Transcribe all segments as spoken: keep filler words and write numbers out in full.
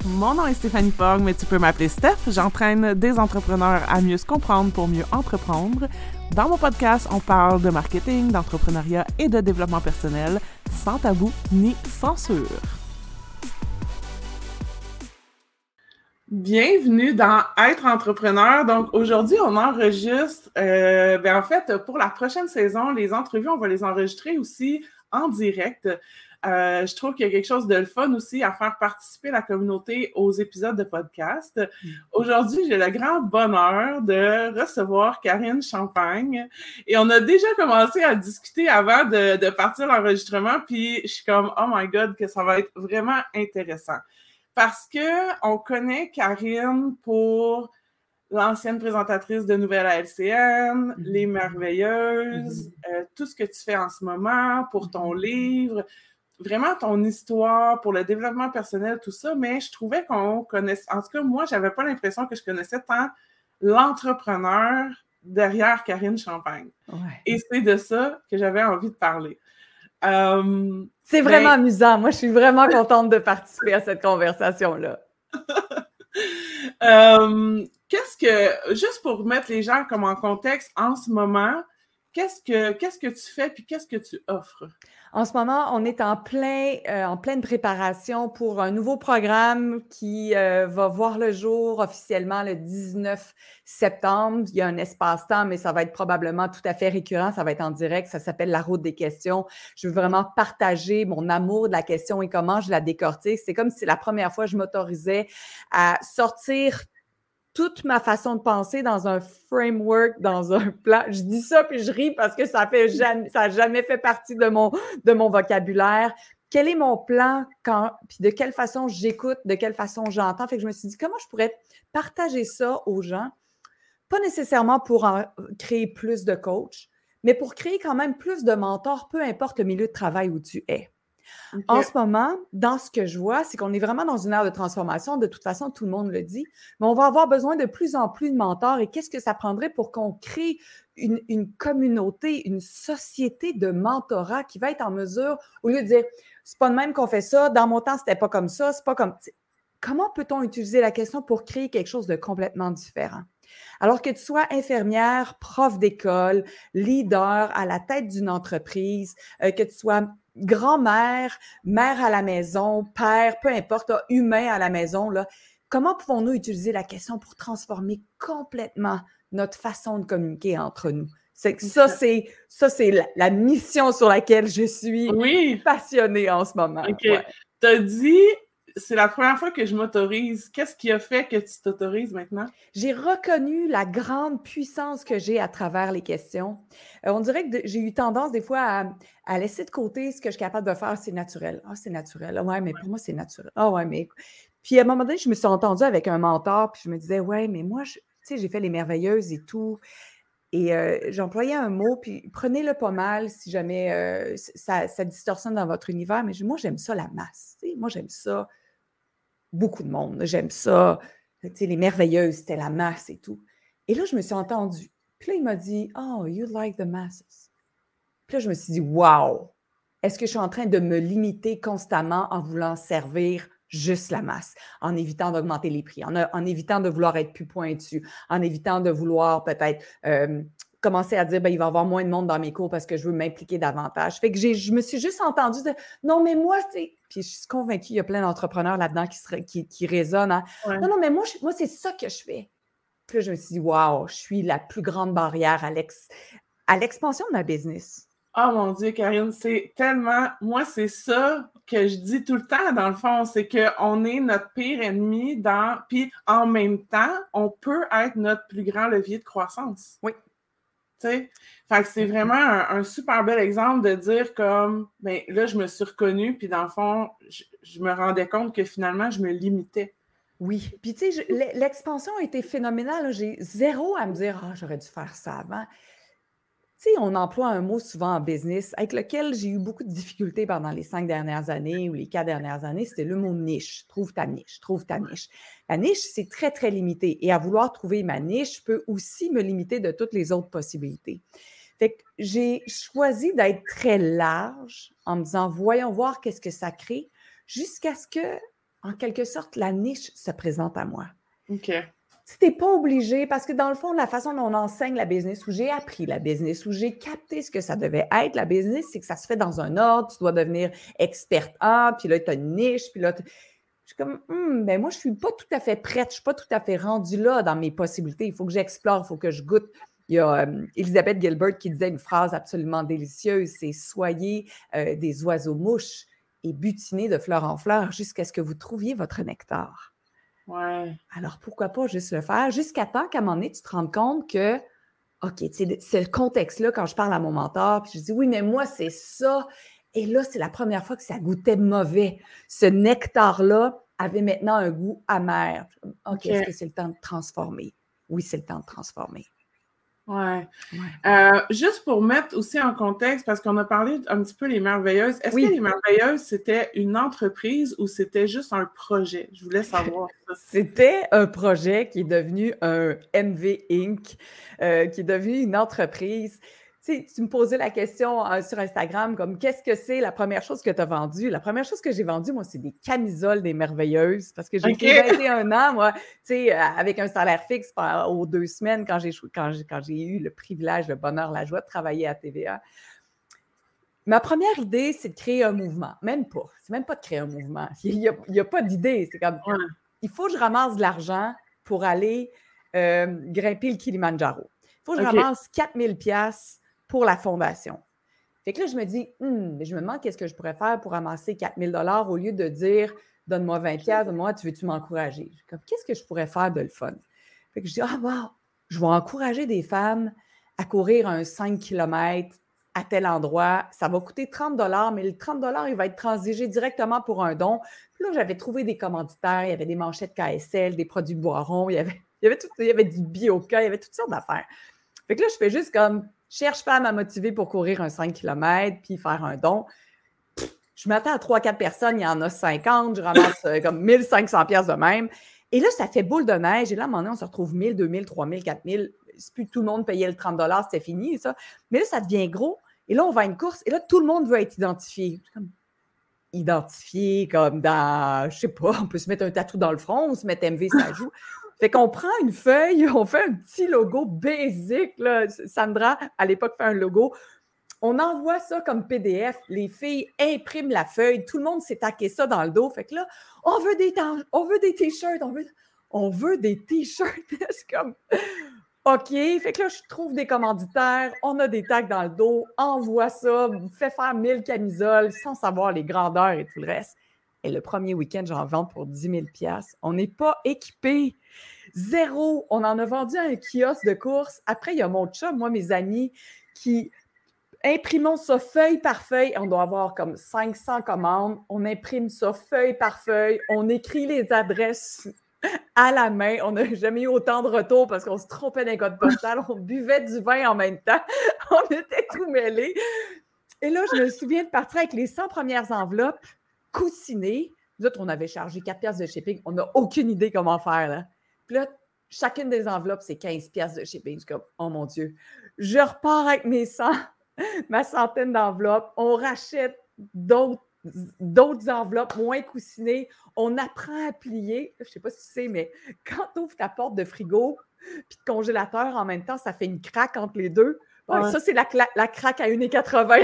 Mon nom est Stéphanie Fogg, mais tu peux m'appeler Steph. J'entraîne des entrepreneurs à mieux se comprendre pour mieux entreprendre. Dans mon podcast, on parle de marketing, d'entrepreneuriat et de développement personnel, sans tabou ni censure. Bienvenue dans Être entrepreneur. Donc, aujourd'hui, on enregistre, euh, ben en fait, pour la prochaine saison, les entrevues, on va les enregistrer aussi en direct. Euh, je trouve qu'il y a quelque chose de le fun aussi à faire participer la communauté aux épisodes de podcast. Mm. Aujourd'hui, j'ai le grand bonheur de recevoir Karine Champagne et on a déjà commencé à discuter avant de, de partir l'enregistrement, puis je suis comme « Oh my God, que ça va être vraiment intéressant ». Parce que on connaît Karine pour l'ancienne présentatrice de Nouvelles à L C N, mm-hmm. Les Merveilleuses, mm-hmm. euh, tout ce que tu fais en ce moment pour ton mm-hmm. livre, vraiment ton histoire pour le développement personnel, tout ça, mais je trouvais qu'on connaissait, en tout cas, moi, j'avais pas l'impression que je connaissais tant l'entrepreneur derrière Karine Champagne. Ouais. Et c'est de ça que j'avais envie de parler. Euh, c'est vraiment mais... amusant. Moi, je suis vraiment contente de participer à cette conversation-là. euh, qu'est-ce que, juste pour mettre les gens comme en contexte, en ce moment, qu'est-ce que, qu'est-ce que tu fais puis qu'est-ce que tu offres? En ce moment, on est en, plein, euh, en pleine préparation pour un nouveau programme qui euh, va voir le jour officiellement le dix-neuf septembre. Il y a un espace-temps, mais ça va être probablement tout à fait récurrent. Ça va être en direct. Ça s'appelle La route des questions. Je veux vraiment partager mon amour de la question et comment je la décortique. C'est comme si la première fois, je m'autorisais à sortir toute ma façon de penser dans un framework, dans un plan. Je dis ça puis je ris parce que ça fait jamais, ça a jamais fait partie de mon, de mon vocabulaire. Quel est mon plan quand, puis de quelle façon j'écoute, de quelle façon j'entends. Fait que je me suis dit, comment je pourrais partager ça aux gens? Pas nécessairement pour en créer plus de coachs, mais pour créer quand même plus de mentors, peu importe le milieu de travail où tu es. Okay. En ce moment, dans ce que je vois, c'est qu'on est vraiment dans une ère de transformation. De toute façon, tout le monde le dit. Mais on va avoir besoin de plus en plus de mentors. Et qu'est-ce que ça prendrait pour qu'on crée une, une communauté, une société de mentorat qui va être en mesure, au lieu de dire « c'est pas de même qu'on fait ça, dans mon temps, c'était pas comme ça, c'est pas comme… » Comment peut-on utiliser la question pour créer quelque chose de complètement différent? Alors que tu sois infirmière, prof d'école, leader à la tête d'une entreprise, euh, que tu sois grand-mère, mère à la maison, père, peu importe, là, humain à la maison, là, comment pouvons-nous utiliser la question pour transformer complètement notre façon de communiquer entre nous? C'est, ça, c'est, ça, c'est la, la mission sur laquelle je suis oui. passionnée en ce moment. OK. Ouais. Tu as dit, c'est la première fois que je m'autorise. Qu'est-ce qui a fait que tu t'autorises maintenant? J'ai reconnu la grande puissance que j'ai à travers les questions. Euh, on dirait que de, j'ai eu tendance des fois à, à laisser de côté ce que je suis capable de faire. C'est naturel. Ah, c'est naturel. Ah, ouais, mais pour moi, c'est naturel. Ah, ouais, mais… Puis à un moment donné, je me suis entendue avec un mentor, puis je me disais, ouais, mais moi, tu sais, j'ai fait les merveilleuses et tout. Et euh, j'employais un mot, puis prenez-le pas mal si jamais euh, ça, ça distorsionne dans votre univers. Mais je, moi, j'aime ça la masse. Tu sais, moi, j'aime ça. Beaucoup de monde. J'aime ça. Tu sais, les merveilleuses, c'était la masse et tout. Et là, je me suis entendue. Puis là, il m'a dit, « Oh, you like the masses. » Puis là, je me suis dit, « Wow! Est-ce que je suis en train de me limiter constamment en voulant servir juste la masse, en évitant d'augmenter les prix, en, en évitant de vouloir être plus pointu, en évitant de vouloir peut-être… Euh, commencer à dire, ben, il va y avoir moins de monde dans mes cours parce que je veux m'impliquer davantage. » Fait que j'ai, je me suis juste entendue dire, non, mais moi, c'est… Puis je suis convaincue, il y a plein d'entrepreneurs là-dedans qui, seraient, qui, qui résonnent. Hein? Ouais. Non, non, mais moi, je, moi, c'est ça que je fais. Puis là, je me suis dit, wow, je suis la plus grande barrière à, l'ex, à l'expansion de ma business. Oh mon Dieu, Karine, c'est tellement… Moi, c'est ça que je dis tout le temps, dans le fond, c'est qu'on est notre pire ennemi dans… Puis en même temps, on peut être notre plus grand levier de croissance. Oui. T'sais? Fait que c'est vraiment un, un super bel exemple de dire comme, ben là, je me suis reconnue, puis dans le fond, je, je me rendais compte que finalement, je me limitais. Oui. Puis tu sais, l'expansion a été phénoménale. Là. J'ai zéro à me dire, ah, j'aurais dû faire ça avant. Tu sais, on emploie un mot souvent en business avec lequel j'ai eu beaucoup de difficultés pendant les cinq dernières années ou les quatre dernières années, c'était le mot niche. Trouve ta niche, trouve ta niche. La niche, c'est très, très limité. Et à vouloir trouver ma niche, je peux aussi me limiter de toutes les autres possibilités. Fait que j'ai choisi d'être très large en me disant, voyons voir qu'est-ce que ça crée, jusqu'à ce que en quelque sorte, la niche se présente à moi. OK. Tu n'es pas obligé, parce que dans le fond, la façon dont on enseigne la business, où j'ai appris la business, où j'ai capté ce que ça devait être, la business, c'est que ça se fait dans un ordre, tu dois devenir experte en, puis là, tu as une niche, puis là, je suis comme, hum, ben moi, je ne suis pas tout à fait prête, je ne suis pas tout à fait rendue là dans mes possibilités. Il faut que j'explore, il faut que je goûte. Il y a euh, Elizabeth Gilbert qui disait une phrase absolument délicieuse, c'est « Soyez euh, des oiseaux-mouches et butinez de fleur en fleur jusqu'à ce que vous trouviez votre nectar. » Ouais. Alors, pourquoi pas juste le faire jusqu'à temps qu'à un moment donné, tu te rendes compte que, OK, c'est le contexte-là quand je parle à mon mentor, puis je dis, oui, mais moi, c'est ça. Et là, c'est la première fois que ça goûtait mauvais. Ce nectar-là avait maintenant un goût amer. OK, okay. Est-ce que c'est le temps de transformer? Oui, c'est le temps de transformer. Ouais. ouais. Euh, juste pour mettre aussi en contexte, parce qu'on a parlé un petit peu les Merveilleuses, est-ce oui. que les Merveilleuses, c'était une entreprise ou c'était juste un projet? Je voulais savoir ça. C'était un projet qui est devenu un M V Incorporated, euh, qui est devenu une entreprise. Tu sais, tu me posais la question euh, sur Instagram, comme qu'est-ce que c'est la première chose que tu as vendue? La première chose que j'ai vendue, moi, c'est des camisoles des Merveilleuses, parce que j'ai okay. été vingt et un ans, moi, tu sais, avec un salaire fixe aux deux semaines quand j'ai, quand, j'ai, quand j'ai eu le privilège, le bonheur, la joie de travailler à T V A. Ma première idée, c'est de créer un mouvement. Même pas. C'est même pas de créer un mouvement. Il n'y a, il y a pas d'idée. C'est comme, ouais. il faut que je ramasse de l'argent pour aller euh, grimper le Kilimandjaro. Il faut que je okay. ramasse quatre mille dollars pour la fondation. Fait que là, je me dis, hmm, je me demande qu'est-ce que je pourrais faire pour ramasser quatre mille dollars au lieu de dire, donne-moi vingt dollars, donne-moi, tu veux-tu m'encourager? Comme, qu'est-ce que je pourrais faire de le fun? Fait que je dis, ah, wow, je vais encourager des femmes à courir un cinq kilomètres à tel endroit. Ça va coûter trente dollars, mais le trente dollars, il va être transigé directement pour un don. Puis là, j'avais trouvé des commanditaires, il y avait des manchettes K S L, des produits Boiron, il y avait, il y avait, tout, il y avait du Bioca, il y avait toutes sortes d'affaires. Fait que là, je fais juste comme, cherche femme à motiver pour courir un cinq kilomètres puis faire un don. Pff, je m'attends à trois quatre personnes, il y en a cinquante, je ramasse euh, comme mille cinq cents dollars de même. Et là, ça fait boule de neige. Et là, à un moment donné, on se retrouve mille, deux mille, trois mille, quatre mille. C'est plus tout le monde payait le trente dollars, c'était fini, ça. Mais là, ça devient gros. Et là, on va à une course. Et là, tout le monde veut être identifié. Comme, identifié comme dans, je sais pas, on peut se mettre un tatou dans le front ou se mettre M V sur la joue. Fait qu'on prend une feuille, on fait un petit logo basic, là. Sandra, à l'époque, fait un logo. On envoie ça comme P D F. Les filles impriment la feuille. Tout le monde s'est taqué ça dans le dos. Fait que là, on veut des, on veut des t-shirts. On veut, on veut des t-shirts. C'est comme, OK. Fait que là, je trouve des commanditaires. On a des tags dans le dos. Envoie ça. Fais faire mille camisoles sans savoir les grandeurs et tout le reste. Et le premier week-end, j'en vends pour dix mille dollars. On n'est pas équipés. Zéro. On en a vendu à un kiosque de course. Après, il y a mon chum, moi, mes amis, qui imprimons ça feuille par feuille. On doit avoir comme cinq cents commandes. On imprime ça feuille par feuille. On écrit les adresses à la main. On n'a jamais eu autant de retours parce qu'on se trompait d'un code postal. On buvait du vin en même temps. On était tout mêlés. Et là, je me souviens de partir avec les cent premières enveloppes coussinées. Nous autres, on avait chargé quatre piastres de shipping. On n'a aucune idée comment faire, là. Puis là, chacune des enveloppes, c'est quinze piastres de shipping. Je suis comme, oh mon Dieu. Je repars avec mes cent, ma centaine d'enveloppes. On rachète d'autres, d'autres enveloppes moins coussinées. On apprend à plier. Je ne sais pas si tu sais, mais quand tu ouvres ta porte de frigo puis de congélateur en même temps, ça fait une craque entre les deux. Ouais, ouais. Ça, c'est la, cla- la craque à un euro quatre-vingts.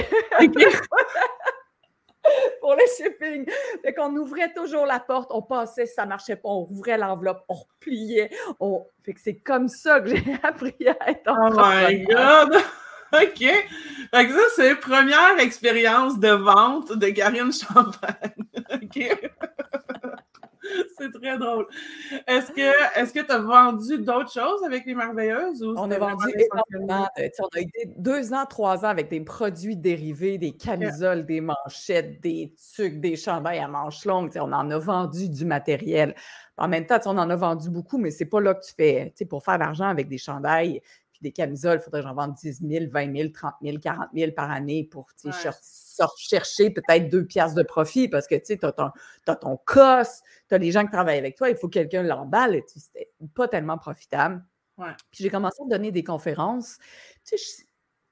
Pour le shipping. Fait qu'on ouvrait toujours la porte, on passait, ça ne marchait pas, on rouvrait l'enveloppe, on repliait. On... Fait que c'est comme ça que j'ai appris à être entrepreneur. Oh my God! OK. Fait que ça, c'est la première expérience de vente de Karine Champagne. OK. C'est très drôle. Est-ce que est-ce que tu as vendu d'autres choses avec les Merveilleuses? Ou on a vendu énormément. On a été deux ans, trois ans avec des produits dérivés, des camisoles, yeah. des manchettes, des tucs, des chandails à manches longues. On en a vendu du matériel. En même temps, on en a vendu beaucoup, mais c'est pas là que tu fais. Pour faire de l'argent avec des chandails puis des camisoles, il faudrait que j'en vende dix mille, vingt mille, trente mille, quarante mille par année pour ouais. chercher peut-être deux piastres de profit parce que tu as ton, t'as ton cost, tu as les gens qui travaillent avec toi, il faut que quelqu'un l'emballe. C'était pas tellement profitable. Ouais. Puis j'ai commencé à donner des conférences. Tu sais,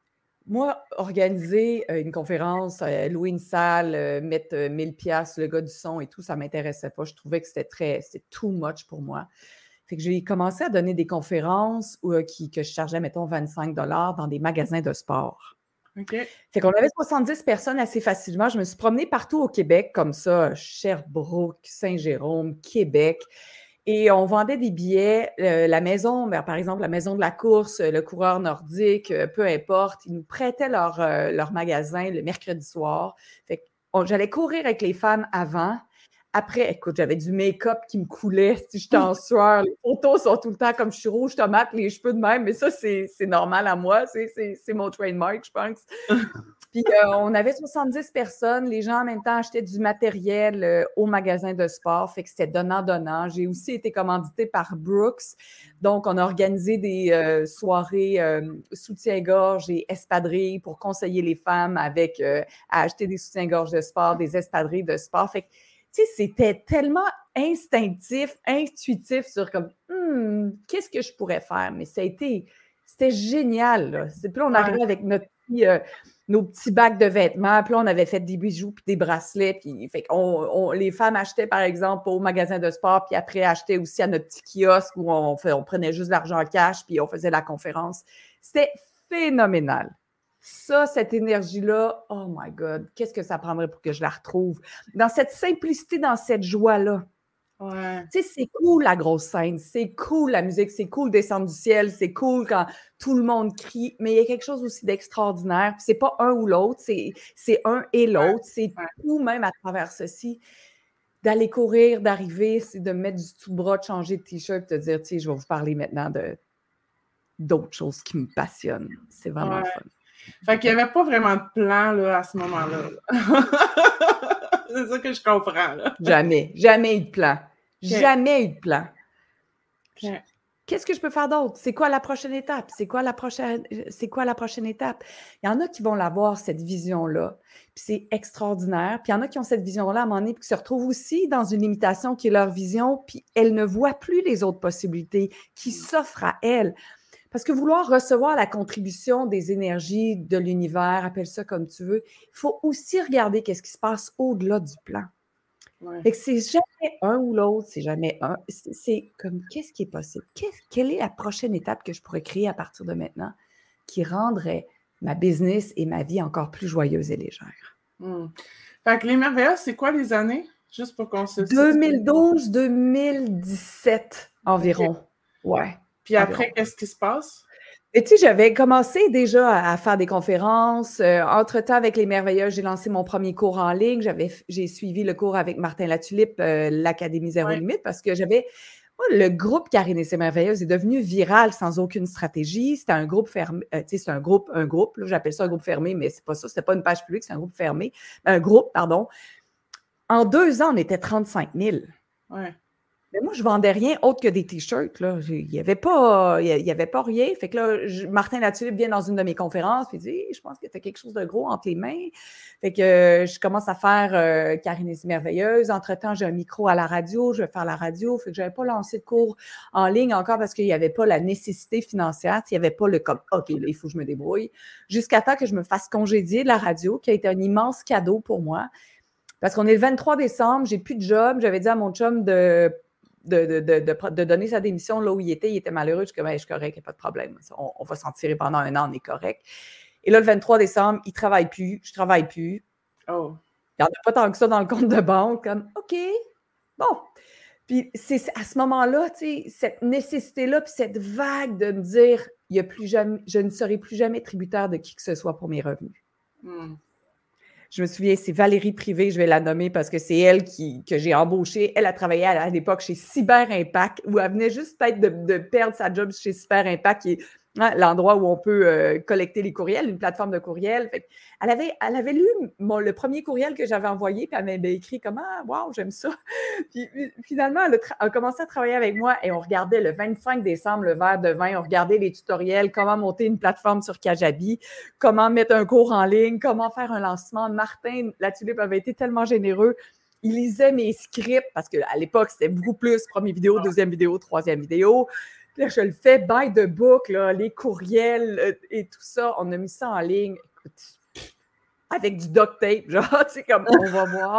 moi, organiser euh, une conférence, euh, louer une salle, euh, mettre euh, mille piastres, le gars du son et tout, ça ne m'intéressait pas. Je trouvais que c'était très, c'était too much pour moi. Fait que j'ai commencé à donner des conférences où, euh, qui, que je chargeais, mettons, vingt-cinq dollars dans des magasins de sport. OK. Fait qu'on avait soixante-dix personnes assez facilement. Je me suis promenée partout au Québec comme ça, Sherbrooke, Saint-Jérôme, Québec. Et on vendait des billets. Euh, la maison, ben, par exemple, la maison de la course, le coureur nordique, euh, peu importe, ils nous prêtaient leur, euh, leur magasin le mercredi soir. Fait que on- j'allais courir avec les femmes avant. Après, écoute, j'avais du make-up qui me coulait, si j'étais en sueur. Les photos sont tout le temps comme je suis rouge tomate, les cheveux de même, mais ça, c'est, c'est normal à moi. C'est, c'est, c'est mon trademark, je pense. Puis euh, on avait soixante-dix personnes. Les gens, en même temps, achetaient du matériel euh, au magasin de sport. Fait que c'était donnant-donnant. J'ai aussi été commanditée par Brooks. Donc, on a organisé des euh, soirées euh, soutien-gorge et espadrilles pour conseiller les femmes avec euh, à acheter des soutiens-gorge de sport, des espadrilles de sport. Fait que, tu sais, c'était tellement instinctif, intuitif sur comme, hmm, qu'est-ce que je pourrais faire? Mais ça a été, c'était génial, là. C'est, puis là, on Ouais. arrivait avec notre petit, euh, nos petits bacs de vêtements. Puis là, on avait fait des bijoux puis des bracelets. Puis fait qu'on, on, les femmes achetaient, par exemple, au magasin de sport, puis après, achetaient aussi à notre petit kiosque où on, fait, on prenait juste l'argent en cash, puis on faisait la conférence. C'était phénoménal. Ça, cette énergie-là, oh my God, qu'est-ce que ça prendrait pour que je la retrouve? Dans cette simplicité, dans cette joie-là. Ouais. Tu sais, c'est cool la grosse scène, c'est cool la musique, c'est cool descendre du ciel, c'est cool quand tout le monde crie, mais il y a quelque chose aussi d'extraordinaire. Puis c'est pas un ou l'autre, c'est, c'est un et l'autre, c'est Ouais. tout même à travers ceci. D'aller courir, d'arriver, c'est de mettre du tout bras, de changer de t-shirt, de te dire, tu sais, je vais vous parler maintenant de d'autres choses qui me passionnent. C'est vraiment Ouais. le fun. Fait qu'il n'y avait pas vraiment de plan là, à ce moment-là. C'est ça que je comprends. Là. Jamais, jamais eu de plan. Okay. Jamais eu de plan. Okay. Qu'est-ce que je peux faire d'autre? C'est quoi la prochaine étape? C'est quoi la prochaine, c'est quoi la prochaine étape? Il y en a qui vont l'avoir, cette vision-là, puis c'est extraordinaire. Puis il y en a qui ont cette vision-là à un moment donné, puis qui se retrouvent aussi dans une limitation qui est leur vision, puis elles ne voient plus les autres possibilités qui s'offrent à elles. Parce que vouloir recevoir la contribution des énergies de l'univers, appelle ça comme tu veux, il faut aussi regarder qu'est-ce qui se passe au-delà du plan. Ouais. Fait que c'est jamais un ou l'autre, c'est jamais un. C'est, c'est comme, qu'est-ce qui est possible? Qu'est-ce, quelle est la prochaine étape que je pourrais créer à partir de maintenant qui rendrait ma business et ma vie encore plus joyeuse et légère? Mm. Fait que les merveilleuses, c'est quoi les années? Juste pour qu'on se... deux mille douze deux mille dix-sept environ. Okay. Ouais. Puis après, environ. Qu'est-ce qui se passe? Et tu sais, j'avais commencé déjà à, à faire des conférences. Euh, entre-temps, avec les Merveilleuses, j'ai lancé mon premier cours en ligne. J'avais, j'ai suivi le cours avec Martin Latulippe, euh, l'Académie Zéro ouais. Limite, parce que j'avais... Moi, le groupe Karine et ses Merveilleuses est devenu viral sans aucune stratégie. C'était un groupe fermé. Euh, tu sais, c'est un groupe, un groupe. Là, j'appelle ça un groupe fermé, mais c'est pas ça. C'était pas une page publique, c'est un groupe fermé. Un groupe, pardon. En deux ans, on était trente-cinq mille. Ouais. Mais moi, je ne vendais rien autre que des t-shirts. Là. Il n'y avait pas, il y avait pas rien. Fait que là, je, Martin Latulippe vient dans une de mes conférences et dit « Je pense que tu as quelque chose de gros entre les mains. » Fait que euh, je commence à faire euh, Karine et ses Merveilleuses. Entre-temps, j'ai un micro à la radio. Je vais faire la radio. Fait que je n'avais pas lancé de cours en ligne encore parce qu'il n'y avait pas la nécessité financière. Il n'y avait pas le comme « OK, là, il faut que je me débrouille. » Jusqu'à temps que je me fasse congédier de la radio, qui a été un immense cadeau pour moi. Parce qu'on est le vingt-trois décembre, j'ai plus de job. J'avais dit à mon chum de De, de, de, de, de donner sa démission là où il était. Il était malheureux. Je suis comme, hey, je suis correct, il n'y a pas de problème. On, on va s'en tirer pendant un an, on est correct. Et là, le vingt-trois décembre, il ne travaille plus, je ne travaille plus. Oh. Il n'y en a pas tant que ça dans le compte de banque. Comme, OK, bon. Puis c'est à ce moment-là, tu sais, cette nécessité-là, puis cette vague de me dire, il y a plus jamais, je ne serai plus jamais tributaire de qui que ce soit pour mes revenus. Mm. Je me souviens, c'est Valérie Privé, je vais la nommer parce que c'est elle qui, que j'ai embauchée. Elle a travaillé à, à l'époque chez Cyber Impact, où elle venait juste peut-être de, de perdre sa job chez Cyber Impact, qui est hein, l'endroit où on peut euh, collecter les courriels, une plateforme de courriel. Fait elle, avait, elle avait lu mon, le premier courriel que j'avais envoyé, puis elle m'avait écrit comme « Ah, wow, j'aime ça! » Puis finalement, elle a, tra- a commencé à travailler avec moi et on regardait le vingt-cinq décembre le verre de vin, on regardait les tutoriels, comment monter une plateforme sur Kajabi, comment mettre un cours en ligne, comment faire un lancement. Martin Latulippe avait été tellement généreux. Il lisait mes scripts parce qu'à l'époque, c'était beaucoup plus première vidéo, deuxième vidéo, troisième vidéo. Puis là, je le fais by the book, là, les courriels euh, et tout ça. On a mis ça en ligne. Écoute, avec du duct tape, genre, tu sais, comme, on va voir.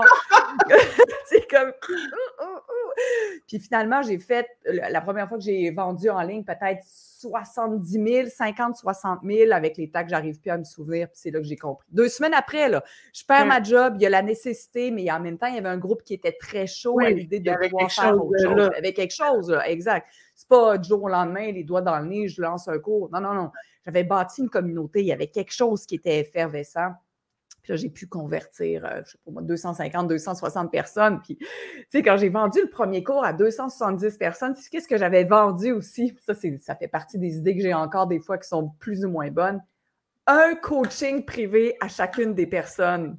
C'est comme... Uh, uh, uh. Puis finalement, j'ai fait, la première fois que j'ai vendu en ligne, peut-être soixante-dix mille, cinquante, soixante mille avec les taxes, j'arrive plus à me souvenir, puis c'est là que j'ai compris. Deux semaines après, là, je perds ouais. ma job, il y a la nécessité, mais en même temps, il y avait un groupe qui était très chaud oui, à l'idée de pouvoir faire autre chose. Là. Avec quelque chose, là, exact. C'est pas du jour au lendemain, les doigts dans le nez, je lance un cours. Non, non, non. J'avais bâti une communauté, il y avait quelque chose qui était effervescent. Puis là, j'ai pu convertir, euh, je sais pas moi, deux cent cinquante, deux cent soixante personnes. Puis, tu sais, quand j'ai vendu le premier cours à deux cent soixante-dix personnes, tu sais, qu'est-ce que j'avais vendu aussi? Ça, c'est, ça fait partie des idées que j'ai encore des fois qui sont plus ou moins bonnes. Un coaching privé à chacune des personnes.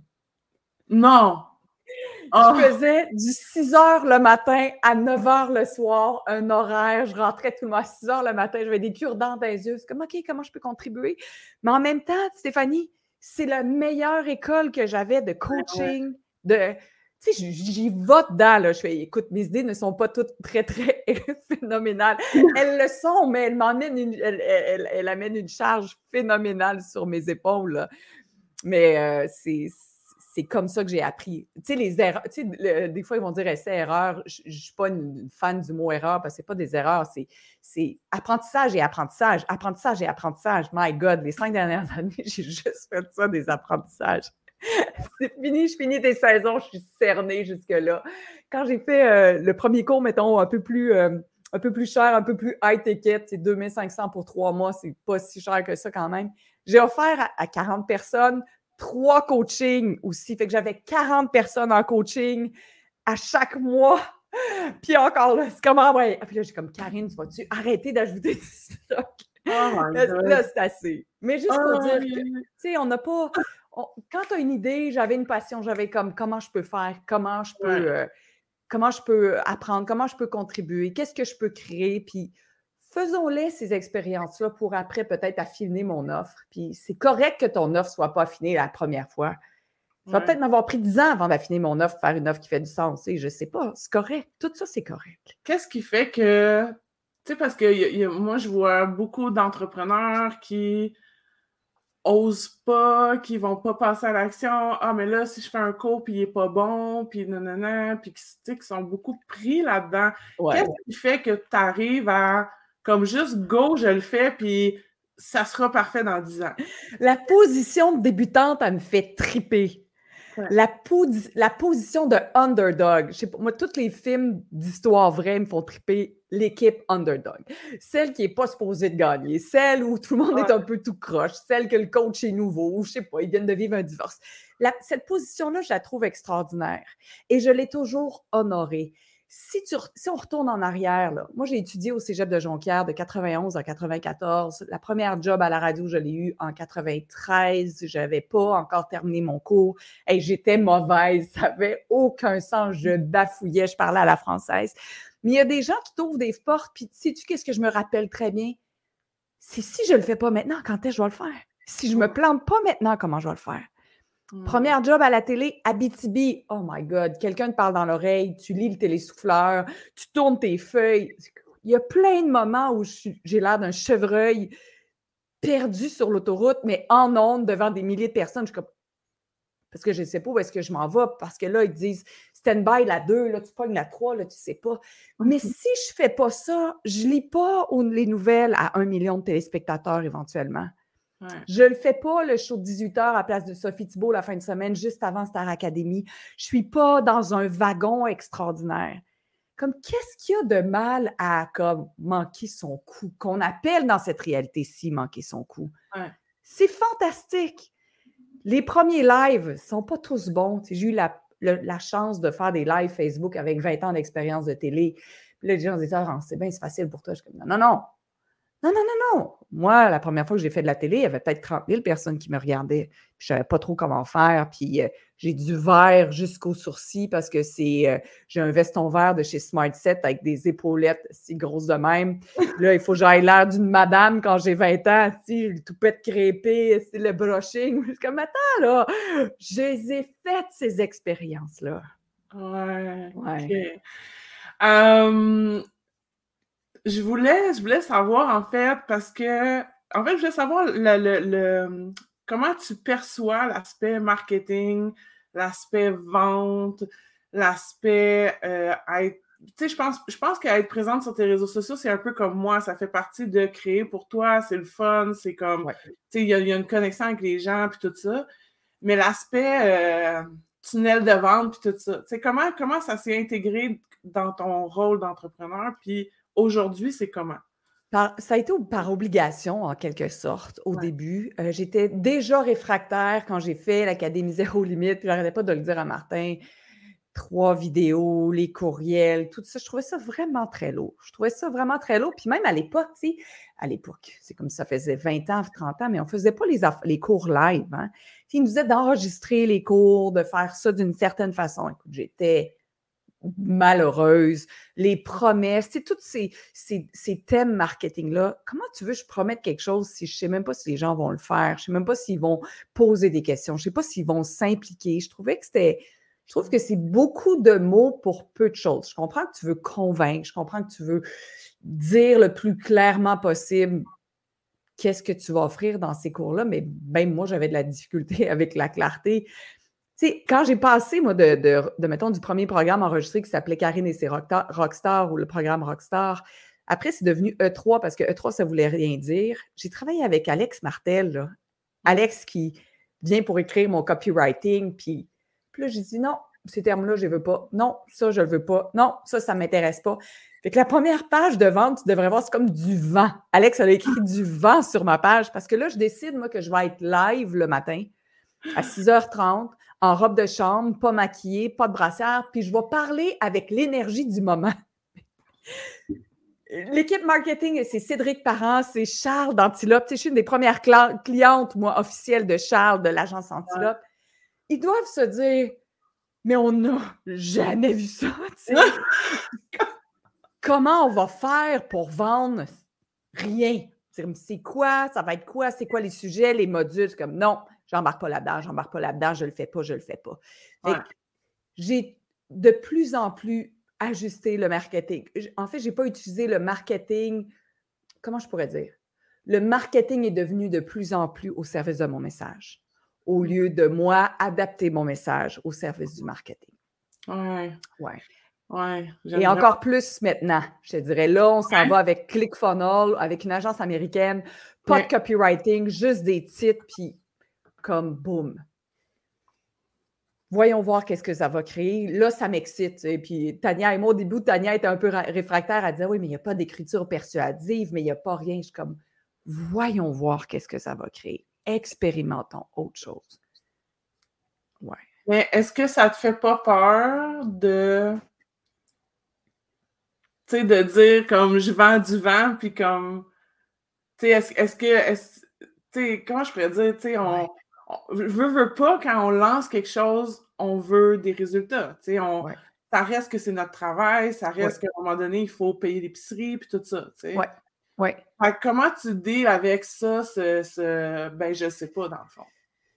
Non! Oh. Je faisais du six heures le matin à neuf heures le soir, un horaire. Je rentrais tout le monde à six heures le matin. J'avais des cure-dents dans les yeux. C'est comme, OK, comment je peux contribuer? Mais en même temps, Stéphanie, c'est la meilleure école que j'avais de coaching, de... Tu sais, j'y vais dedans, là. Je fais, écoute, mes idées ne sont pas toutes très, très phénoménales. Elles le sont, mais elles m'emmènent une... Elles, elles, elles amènent une charge phénoménale sur mes épaules, là. Mais euh, c'est... C'est comme ça que j'ai appris. Tu sais, les erreurs, tu sais, le, des fois, ils vont dire essai-erreur. Je ne suis pas une, une fan du mot erreur parce que ce n'est pas des erreurs, c'est, c'est apprentissage et apprentissage, apprentissage et apprentissage. My God, les cinq dernières années, j'ai juste fait ça, des apprentissages. C'est fini, je finis des saisons, je suis cernée jusque-là. Quand j'ai fait euh, le premier cours, mettons, un peu plus... Euh, un peu plus cher, un peu plus high ticket, c'est deux mille cinq cents pour trois mois, c'est pas si cher que ça quand même. J'ai offert à, à quarante personnes trois coachings aussi. Fait que j'avais quarante personnes en coaching à chaque mois. Puis encore là, c'est comme, ah ouais. Puis là, j'ai comme, Karine, tu vas-tu arrêter d'ajouter du stock? Oh là, là, c'est assez. Mais juste pour oh dire que, tu sais, on n'a pas... On, quand tu as une idée, j'avais une passion, j'avais comme, comment je peux faire? Comment je peux... Ouais. Euh, comment je peux apprendre? Comment je peux contribuer? Qu'est-ce que je peux créer? Puis faisons-les, ces expériences-là, pour après peut-être affiner mon offre. Puis c'est correct que ton offre ne soit pas affinée la première fois. Ça va ouais. peut-être m'avoir pris dix ans avant d'affiner mon offre, faire une offre qui fait du sens. Je ne sais pas. C'est correct. Tout ça, c'est correct. Qu'est-ce qui fait que... Tu sais, parce que y a, y a, moi, je vois beaucoup d'entrepreneurs qui osent pas, qui vont pas passer à l'action. Ah, mais là, si je fais un cours, puis il est pas bon, puis nanana, puis tu sais, qui sont beaucoup pris là-dedans. Ouais. Qu'est-ce qui fait que tu arrives à... Comme juste go, je le fais, puis ça sera parfait dans dix ans. La position de débutante, elle me fait triper. Ouais. La, posi- la position de underdog. Je sais pas, moi, tous les films d'histoire vraie me font triper l'équipe underdog. Celle qui n'est pas supposée de gagner, celle où tout le monde ouais. est un peu tout croche, celle que le coach est nouveau, ou je sais pas, ils viennent de vivre un divorce. La, cette position-là, je la trouve extraordinaire et je l'ai toujours honorée. Si, tu, si on retourne en arrière, là, moi, j'ai étudié au cégep de Jonquière de quatre-vingt-onze à quatre-vingt-quatorze. La première job à la radio, je l'ai eue en quatre-vingt-treize. Je n'avais pas encore terminé mon cours. Et j'étais mauvaise. Ça n'avait aucun sens. Je bafouillais. Je parlais à la française. Mais il y a des gens qui t'ouvrent des portes. Puis, sais-tu qu'est-ce que je me rappelle très bien? C'est si je ne le fais pas maintenant, quand est-ce que je dois le faire? Si je ne me plante pas maintenant, comment je dois le faire? Mmh. Première job à la télé, Abitibi. Oh my God, quelqu'un te parle dans l'oreille, tu lis le télésouffleur, tu tournes tes feuilles. Il y a plein de moments où je, j'ai l'air d'un chevreuil perdu sur l'autoroute, mais en ondes devant des milliers de personnes. Je suis comme, parce que je ne sais pas où est-ce que je m'en vais, parce que là, ils disent stand-by la deux, là, tu pognes la trois, là, tu ne sais pas. Mais si je ne fais pas ça, je ne lis pas les nouvelles à un million de téléspectateurs éventuellement. Ouais. Je ne le fais pas, le show de dix-huit heures à place de Sophie Thibault la fin de semaine, juste avant Star Academy. Je ne suis pas dans un wagon extraordinaire. Comme, qu'est-ce qu'il y a de mal à comme, manquer son coup, qu'on appelle dans cette réalité-ci manquer son coup? Ouais. C'est fantastique. Les premiers lives ne sont pas tous bons. J'ai eu la, le, la chance de faire des lives Facebook avec vingt ans d'expérience de télé. Puis là, les gens disaient, ah, c'est bien, c'est facile pour toi. Je suis comme, non, non, non. Non, non, non, non. Moi, la première fois que j'ai fait de la télé, il y avait peut-être trente mille personnes qui me regardaient. Puis je ne savais pas trop comment faire. Puis euh, j'ai du vert jusqu'aux sourcils parce que c'est euh, j'ai un veston vert de chez Smart Set avec des épaulettes si grosses de même. Puis là, il faut que j'aille l'air d'une madame quand j'ai vingt ans, le toupette crêpé, c'est le brushing. Je suis comme, attends, là, je les ai faites, ces expériences-là. Ouais, ouais. OK. Um... je voulais, je voulais savoir, en fait, parce que, en fait, je voulais savoir le, le, le- comment tu perçois l'aspect marketing, l'aspect vente, l'aspect euh, être. Tu sais, je pense, je pense qu'être présente sur tes réseaux sociaux, c'est un peu comme moi. Ça fait partie de créer pour toi. C'est le fun. C'est comme, Ouais. tu sais, il y, a- il y a une connexion avec les gens, puis tout ça. Mais l'aspect euh, tunnel de vente, puis tout ça, tu sais, comment, comment ça s'est intégré dans ton rôle d'entrepreneur? Puis aujourd'hui, c'est comment? Par- ça a été au- par obligation, en quelque sorte, au Ouais. début. Euh, j'étais déjà réfractaire quand j'ai fait l'Académie Zéro Limite, puis j'arrêtais pas de le dire à Martin. Trois vidéos, les courriels, tout ça, je trouvais ça vraiment très lourd. Je trouvais ça vraiment très lourd. Puis même à l'époque, tu sais, à l'époque, c'est comme ça faisait vingt ans, trente ans, mais on ne faisait pas les, aff- les cours live. Hein. Ils nous disaient d'enregistrer les cours, de faire ça d'une certaine façon. Écoute, j'étais malheureuse, les promesses, tu sais, tous ces, ces, ces thèmes marketing-là. Comment tu veux que je promette quelque chose si je ne sais même pas si les gens vont le faire, je ne sais même pas s'ils vont poser des questions, je ne sais pas s'ils vont s'impliquer. Je trouvais que c'était, je trouve que c'est beaucoup de mots pour peu de choses. Je comprends que tu veux convaincre, je comprends que tu veux dire le plus clairement possible qu'est-ce que tu vas offrir dans ces cours-là, mais même moi, j'avais de la difficulté avec la clarté. Tu sais, quand j'ai passé, moi, de, de, de, mettons, du premier programme enregistré qui s'appelait Karine et ses Rockstar, Rockstar ou le programme Rockstar, après, c'est devenu E trois parce que E trois, ça ne voulait rien dire. J'ai travaillé avec Alex Martel, là. Alex qui vient pour écrire mon copywriting, puis, puis là, j'ai dit non, ces termes-là, je ne veux pas. Non, ça, je ne veux pas. Non, ça, ça ne m'intéresse pas. Fait que la première page de vente, tu devrais voir, c'est comme du vent. Alex, elle a écrit du vent sur ma page parce que là, je décide, moi, que je vais être live le matin à six heures trente, en robe de chambre, pas maquillée, pas de brassière, puis je vais parler avec l'énergie du moment. L'équipe marketing, c'est Cédric Parent, c'est Charles d'Antilope. Tu sais, je suis une des premières cl- clientes, moi, officielles de Charles de l'agence Antilope. Ils doivent se dire, mais on n'a jamais vu ça, tu sais. Comment on va faire pour vendre rien? C'est quoi? Ça va être quoi? C'est quoi les sujets, les modules? C'est comme non, j'embarque pas là-dedans, j'embarque pas là-dedans, je le fais pas, je le fais pas. Fait Ouais. que j'ai de plus en plus ajusté le marketing. En fait, j'ai pas utilisé le marketing, comment je pourrais dire? Le marketing est devenu de plus en plus au service de mon message, au lieu de moi adapter mon message au service du marketing. Ouais. Ouais. Ouais. Et encore plus maintenant, je te dirais. Là, on s'en ouais. va avec ClickFunnels, avec une agence américaine, pas ouais. de copywriting, juste des titres, puis comme boum. Voyons voir qu'est-ce que ça va créer. Là, ça m'excite. Et puis Tania et moi, au début, Tania était un peu réfractaire. Elle disait, oui, mais il n'y a pas d'écriture persuasive, mais il n'y a pas rien. Je suis comme, voyons voir qu'est-ce que ça va créer. Expérimentons autre chose. Ouais. Mais est-ce que ça te fait pas peur de, tu sais, de dire comme je vends du vent, puis comme, tu sais, est-ce, est-ce que, est-ce, tu sais, comment je pourrais dire, tu sais, on, Ouais. on veut, veut pas, quand on lance quelque chose, on veut des résultats, tu sais, on, Ouais. ça reste que c'est notre travail, ça reste Ouais. qu'à un moment donné, il faut payer l'épicerie, puis tout ça, tu sais. Ouais. Ouais. Fait que comment tu deals avec ça, ce, ce, ben, je sais pas, dans le fond.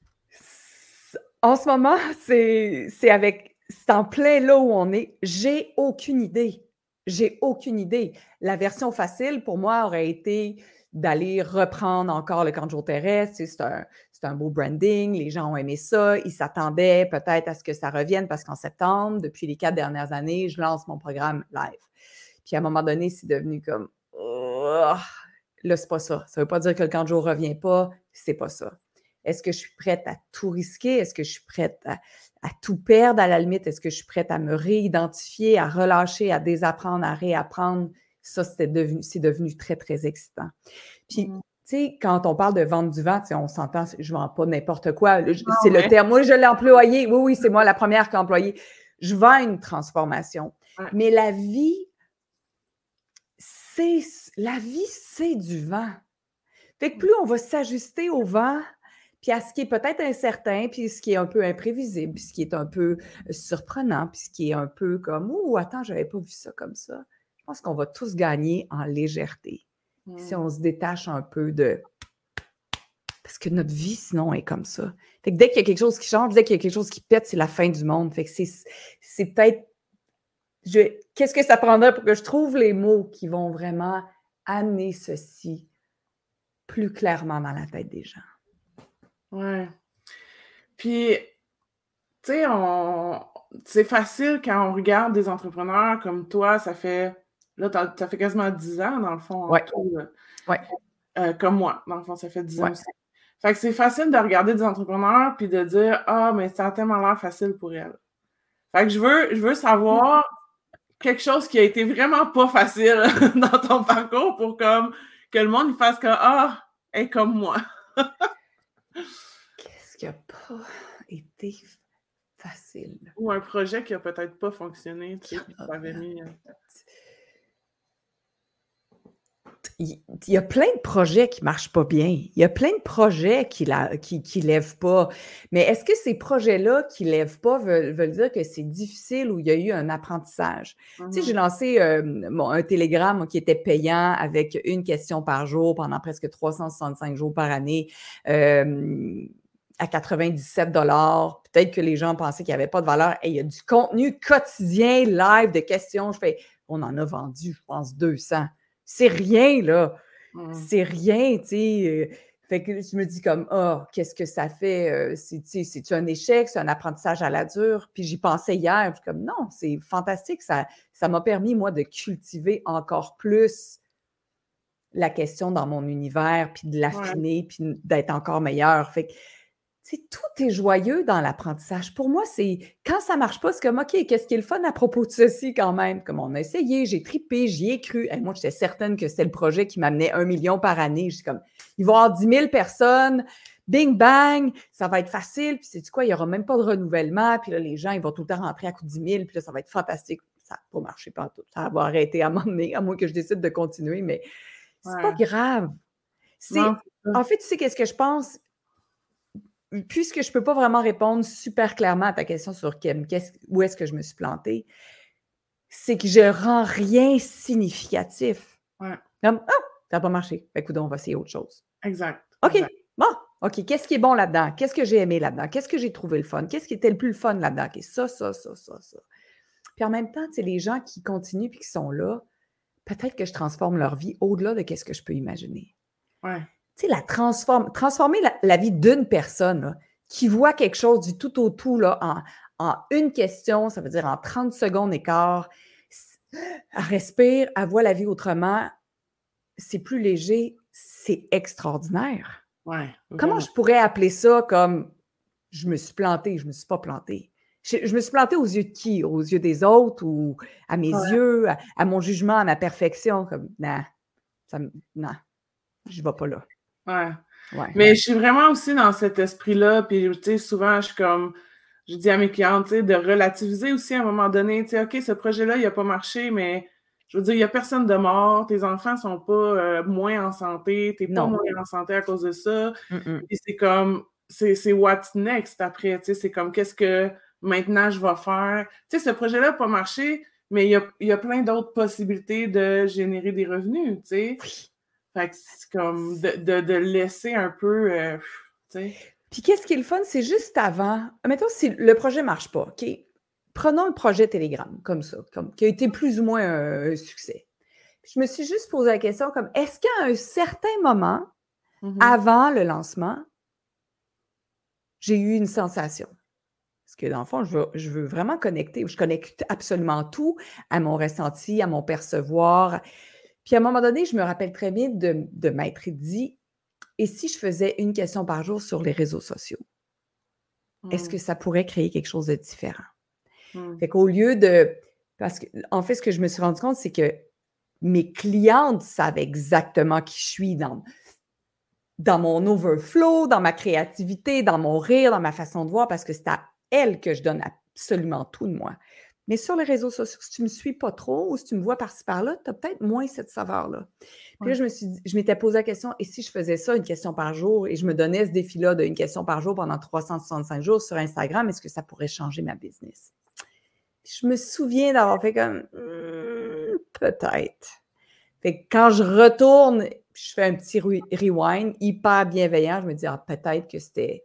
En ce moment, c'est, c'est avec, c'est en plein là où on est. J'ai aucune idée. J'ai aucune idée. La version facile, pour moi, aurait été d'aller reprendre encore le camp de jour terrestre. Tu sais, c'est un, c'est un beau branding. Les gens ont aimé ça. Ils s'attendaient peut-être à ce que ça revienne parce qu'en septembre, depuis les quatre dernières années, je lance mon programme live. Puis à un moment donné, c'est devenu comme, oh, là, c'est pas ça. Ça veut pas dire que le camp de jour revient pas. C'est pas ça. Est-ce que je suis prête à tout risquer? Est-ce que je suis prête à, à tout perdre à la limite? Est-ce que je suis prête à me réidentifier, à relâcher, à désapprendre, à réapprendre? Ça, c'était devenu, c'est devenu très, très excitant. Puis, mm. tu sais, quand on parle de vendre du vent, on s'entend, je ne vends pas n'importe quoi. C'est non, le mais... terme. Moi, je l'ai employé. Oui, oui, c'est moi la première qui a employé. Je vends une transformation. Ouais. Mais la vie, c'est, la vie, c'est du vent. Fait que plus on va s'ajuster au vent, puis à ce qui est peut-être incertain, puis ce qui est un peu imprévisible, puis ce qui est un peu surprenant, puis ce qui est un peu comme « Oh, attends, je n'avais pas vu ça comme ça ». Je pense qu'on va tous gagner en légèreté mmh. si on se détache un peu de... Parce que notre vie, sinon, est comme ça. Fait que dès qu'il y a quelque chose qui change, dès qu'il y a quelque chose qui pète, c'est la fin du monde. Fait que c'est, c'est peut-être je, qu'est-ce que ça prendrait pour que je trouve les mots qui vont vraiment amener ceci plus clairement dans la tête des gens? Ouais. Puis, tu sais, on... c'est facile quand on regarde des entrepreneurs comme toi, ça fait, là, ça fait quasiment dix ans, dans le fond, en ouais. tout. Ouais. Euh, comme moi, dans le fond, ça fait dix ouais. ans aussi. Fait que c'est facile de regarder des entrepreneurs puis de dire « Ah, mais ça a tellement l'air facile pour elle. » Fait que je veux, je veux savoir quelque chose qui a été vraiment pas facile dans ton parcours pour comme que le monde il fasse que « Ah, elle est comme moi. » Qu'est-ce qui a pas été facile? Ou un projet qui a peut-être pas fonctionné, tu sais, puis tu t'avais mis... Il y a plein de projets qui ne marchent pas bien. Il y a plein de projets qui ne qui, qui lèvent pas. Mais est-ce que ces projets-là qui ne lèvent pas veulent, veulent dire que c'est difficile ou il y a eu un apprentissage? Mm-hmm. Tu sais, j'ai lancé euh, bon, un télégramme qui était payant avec une question par jour pendant presque trois cent soixante-cinq jours par année euh, à quatre-vingt-dix-sept dollars. Peut-être que les gens pensaient qu'il n'y avait pas de valeur. Et il y a du contenu quotidien, live, de questions. Je fais, on en a vendu, je pense, deux cents. C'est rien, là. Mm. C'est rien, tu sais. Fait que je me dis comme, oh, qu'est-ce que ça fait? C'est, c'est-tu un échec? C'est un apprentissage à la dure? Puis j'y pensais hier. Puis comme, non, c'est fantastique. Ça, ça m'a permis, moi, de cultiver encore plus la question dans mon univers, puis de l'affiner, ouais. Puis d'être encore meilleure. Fait que, c'est tout est joyeux dans l'apprentissage. Pour moi, c'est quand ça ne marche pas, c'est comme, OK, qu'est-ce qui est le fun à propos de ceci quand même? Comme on a essayé, j'ai trippé, j'y ai cru. Et moi, j'étais certaine que c'était le projet qui m'amenait un million par année. Je suis comme, il va y avoir dix mille personnes, bing bang, ça va être facile. Puis c'est du quoi, il n'y aura même pas de renouvellement. Puis là, les gens, ils vont tout le temps rentrer à coup de dix mille. Puis là, ça va être fantastique. Ça n'a pas marché partout. Ça va arrêter à un moment donné, à moins que je décide de continuer. Mais c'est ouais. pas grave. C'est, non, c'est en fait, tu sais, qu'est-ce que je pense? Puisque je ne peux pas vraiment répondre super clairement à ta question sur qu'est-ce, où est-ce que je me suis plantée, c'est que je ne rends rien significatif. Ouais. Comme, ah, ça n'a pas marché. Écoute, on va essayer autre chose. Exact. OK. Exact. Bon, OK. Qu'est-ce qui est bon là-dedans? Qu'est-ce que j'ai aimé là-dedans? Qu'est-ce que j'ai trouvé le fun? Qu'est-ce qui était le plus le fun là-dedans? OK, ça, ça, ça, ça, ça. Puis en même temps, tu sais, les gens qui continuent et qui sont là, peut-être que je transforme leur vie au-delà de ce que je peux imaginer. Ouais. Tu sais, la transforme, transformer la, la vie d'une personne là, qui voit quelque chose du tout au tout là, en, en une question, ça veut dire en trente secondes et quart, elle respire, elle voit la vie autrement, c'est plus léger, c'est extraordinaire. Ouais, comment je pourrais appeler ça comme je me suis plantée, je ne me suis pas plantée? Je, je me suis plantée aux yeux de qui? Aux yeux des autres ou à mes ouais. yeux, à, à mon jugement, à ma perfection? Comme, non, ça, non, je ne vais pas là. Ouais. Ouais. Mais je suis vraiment aussi dans cet esprit-là, puis tu sais, souvent, je suis comme, je dis à mes clientes, tu sais, de relativiser aussi à un moment donné, tu sais, OK, ce projet-là, il n'a pas marché, mais je veux dire, il n'y a personne de mort, tes enfants ne sont pas euh, moins en santé, tu n'es pas moins en santé à cause de ça, Mm-mm. et c'est comme, c'est, c'est what's next après, tu sais, c'est comme, qu'est-ce que maintenant je vais faire? Tu sais, ce projet-là n'a pas marché, mais il y a, il y a plein d'autres possibilités de générer des revenus, tu sais. Oui. Fait que c'est comme de, de, de laisser un peu, euh, tu sais. Puis qu'est-ce qui est le fun, c'est juste avant, mettons si le projet ne marche pas, OK? Prenons le projet Telegram, comme ça, comme, qui a été plus ou moins un, un succès. Puis je me suis juste posé la question comme, est-ce qu'à un certain moment, mm-hmm. avant le lancement, j'ai eu une sensation? Parce que dans le fond, je veux, je veux vraiment connecter, je connecte absolument tout à mon ressenti, à mon percevoir. Puis à un moment donné, je me rappelle très bien de, de m'être dit, et si je faisais une question par jour sur les réseaux sociaux, mm. est-ce que ça pourrait créer quelque chose de différent? Mm. Fait qu'au lieu de... Parce que, en fait, ce que je me suis rendu compte, c'est que mes clientes savent exactement qui je suis dans, dans mon overflow, dans ma créativité, dans mon rire, dans ma façon de voir, parce que c'est à elles que je donne absolument tout de moi. Mais sur les réseaux sociaux, si tu ne me suis pas trop ou si tu me vois par-ci par-là, tu as peut-être moins cette saveur-là. Puis ouais. là, je, me suis dit, je m'étais posé la question, et si je faisais ça, une question par jour, et je me donnais ce défi-là d'une question par jour pendant trois cent soixante-cinq jours sur Instagram, est-ce que ça pourrait changer ma business? Puis je me souviens d'avoir fait comme, hmm, peut-être. Fait que quand je retourne, puis je fais un petit re- rewind hyper bienveillant, je me dis, ah, peut-être que c'était...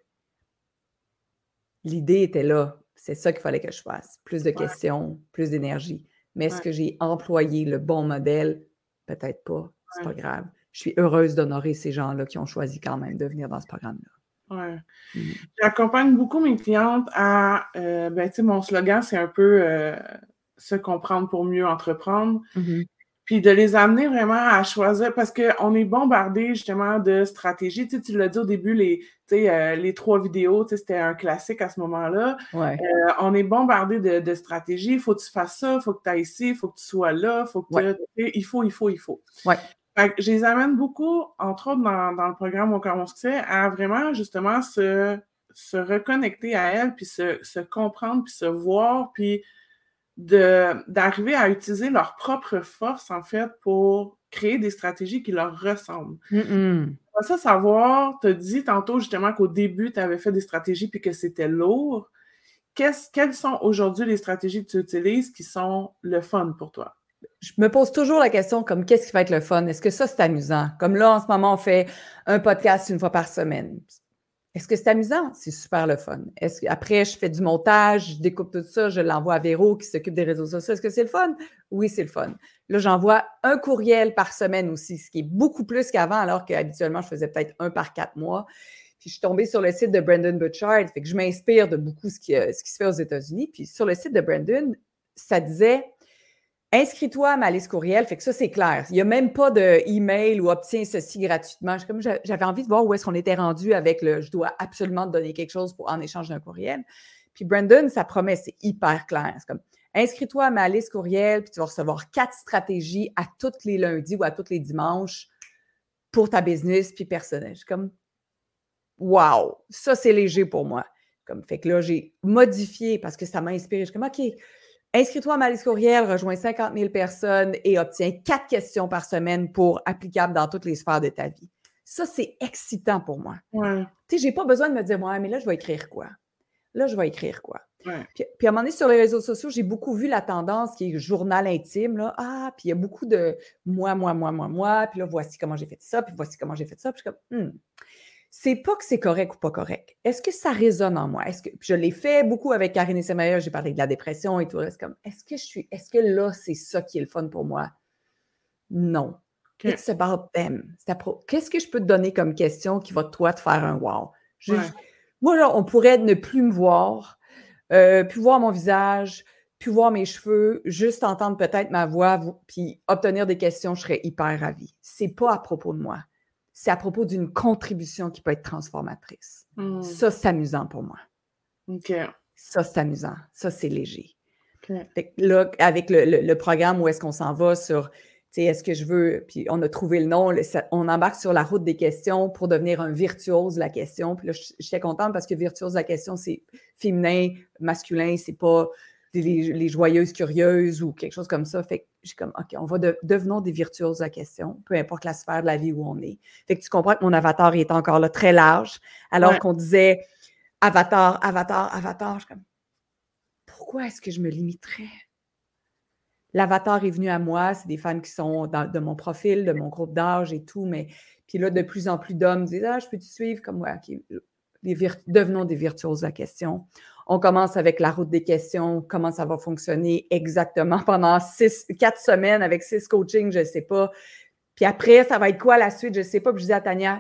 L'idée était là. C'est ça qu'il fallait que je fasse. Plus de questions, ouais. plus d'énergie. Mais est-ce Ouais. que j'ai employé le bon modèle? Peut-être pas. C'est Ouais. pas grave. Je suis heureuse d'honorer ces gens-là qui ont choisi quand même de venir dans ce programme-là. Ouais. Mmh. J'accompagne beaucoup mes clientes à, euh, ben, tu sais, mon slogan, c'est un peu euh, se comprendre pour mieux entreprendre. Mmh. Puis de les amener vraiment à choisir, parce qu'on est bombardé justement de stratégies. Tu sais, tu l'as dit au début, les, tu sais, euh, les trois vidéos, tu sais, c'était un classique à ce moment-là. Ouais. Euh, on est bombardé de, de stratégies. Il faut que tu fasses ça, il faut que tu ailles ici, il faut que tu sois là, faut que Ouais. tu sais, il faut, il faut, il faut. Ouais. Fait que je les amène beaucoup, entre autres dans, dans le programme Au cœur mon succès, à vraiment justement se, se reconnecter à elles, puis se, se comprendre, puis se voir, puis de, d'arriver à utiliser leur propre force, en fait, pour créer des stratégies qui leur ressemblent. Mm-mm. Après ça, savoir, tu as dit tantôt justement qu'au début, tu avais fait des stratégies puis que c'était lourd. Qu'est-ce, quelles sont aujourd'hui les stratégies que tu utilises qui sont le fun pour toi? Je me pose toujours la question comme qu'est-ce qui va être le fun? Est-ce que ça, c'est amusant? Comme là, en ce moment, on fait un podcast une fois par semaine. Est-ce que c'est amusant? C'est super le fun. Est-ce que, après, je fais du montage, je découpe tout ça, je l'envoie à Véro qui s'occupe des réseaux sociaux. Est-ce que c'est le fun? Oui, c'est le fun. Là, j'envoie un courriel par semaine aussi, ce qui est beaucoup plus qu'avant, alors qu'habituellement, je faisais peut-être un par quatre mois. Puis, je suis tombée sur le site de Brendon Burchard, fait que je m'inspire de beaucoup ce qui, ce qui se fait aux États-Unis. Puis, sur le site de Brendon, ça disait inscris-toi à ma liste courriel, fait que ça, c'est clair. Il n'y a même pas d'email ou obtiens ceci gratuitement. Comme j'avais envie de voir où est-ce qu'on était rendu avec le je dois absolument te donner quelque chose pour, en échange d'un courriel. Puis Brendon, sa promesse, c'est hyper clair. C'est comme inscris-toi à ma liste courriel, puis tu vas recevoir quatre stratégies à tous les lundis ou à tous les dimanches pour ta business puis personnel. Je suis comme wow, ça, c'est léger pour moi. Comme, fait que là, j'ai modifié parce que ça m'a inspiré. Je suis comme OK. Inscris-toi à ma liste courriel, rejoins cinquante mille personnes et obtiens quatre questions par semaine pour applicables dans toutes les sphères de ta vie. Ça, c'est excitant pour moi. Ouais. Tu sais, j'ai pas besoin de me dire, ouais, mais là, je vais écrire quoi? Là, je vais écrire quoi? Ouais. Puis, puis à un moment donné, sur les réseaux sociaux, j'ai beaucoup vu la tendance qui est journal intime. Là. Ah, puis il y a beaucoup de moi, moi, moi, moi, moi. Puis là, voici comment j'ai fait ça, puis voici comment j'ai fait ça. Puis je suis comme, hmm. C'est pas que c'est correct ou pas correct. Est-ce que ça résonne en moi? Est-ce que puis je l'ai fait beaucoup avec Karine et Semaïa, j'ai parlé de la dépression et tout. C'est comme, est-ce que je suis, est-ce que là, c'est ça qui est le fun pour moi? Non. Okay. It's about them. C'est pro... Qu'est-ce que je peux te donner comme question qui va, toi, te faire un wow? Je, Ouais. Moi, là, on pourrait ne plus me voir, euh, plus voir mon visage, plus voir mes cheveux, juste entendre peut-être ma voix, puis obtenir des questions, je serais hyper ravie. C'est pas à propos de moi. C'est à propos d'une contribution qui peut être transformatrice. Mm. Ça, c'est amusant pour moi. OK. Ça, c'est amusant. Ça, c'est léger. Okay. Fait que là, avec le, le, le programme où est-ce qu'on s'en va sur, tu sais, est-ce que je veux, puis on a trouvé le nom, le, ça, on embarque sur la route des questions pour devenir un virtuose de la question. Puis là, j'étais contente parce que virtuose de la question, c'est féminin, masculin, c'est pas les, les joyeuses curieuses ou quelque chose comme ça. Fait que j'ai comme, OK, on va de, devenons des virtuoses de la question, peu importe la sphère de la vie où on est. Fait que tu comprends que mon avatar est encore là très large, alors ouais. qu'on disait avatar, avatar, avatar. Je suis comme, pourquoi est-ce que je me limiterais? L'avatar est venu à moi, c'est des femmes qui sont dans, de mon profil, de mon groupe d'âge et tout, mais puis là, de plus en plus d'hommes disent « Ah, je peux te suivre? » Comme moi, okay, vir- devenons des virtuoses de la question. On commence avec la route des questions, comment ça va fonctionner exactement pendant six, quatre semaines avec six coachings, je ne sais pas. Puis après, ça va être quoi la suite? Je ne sais pas. Puis je dis à Tania,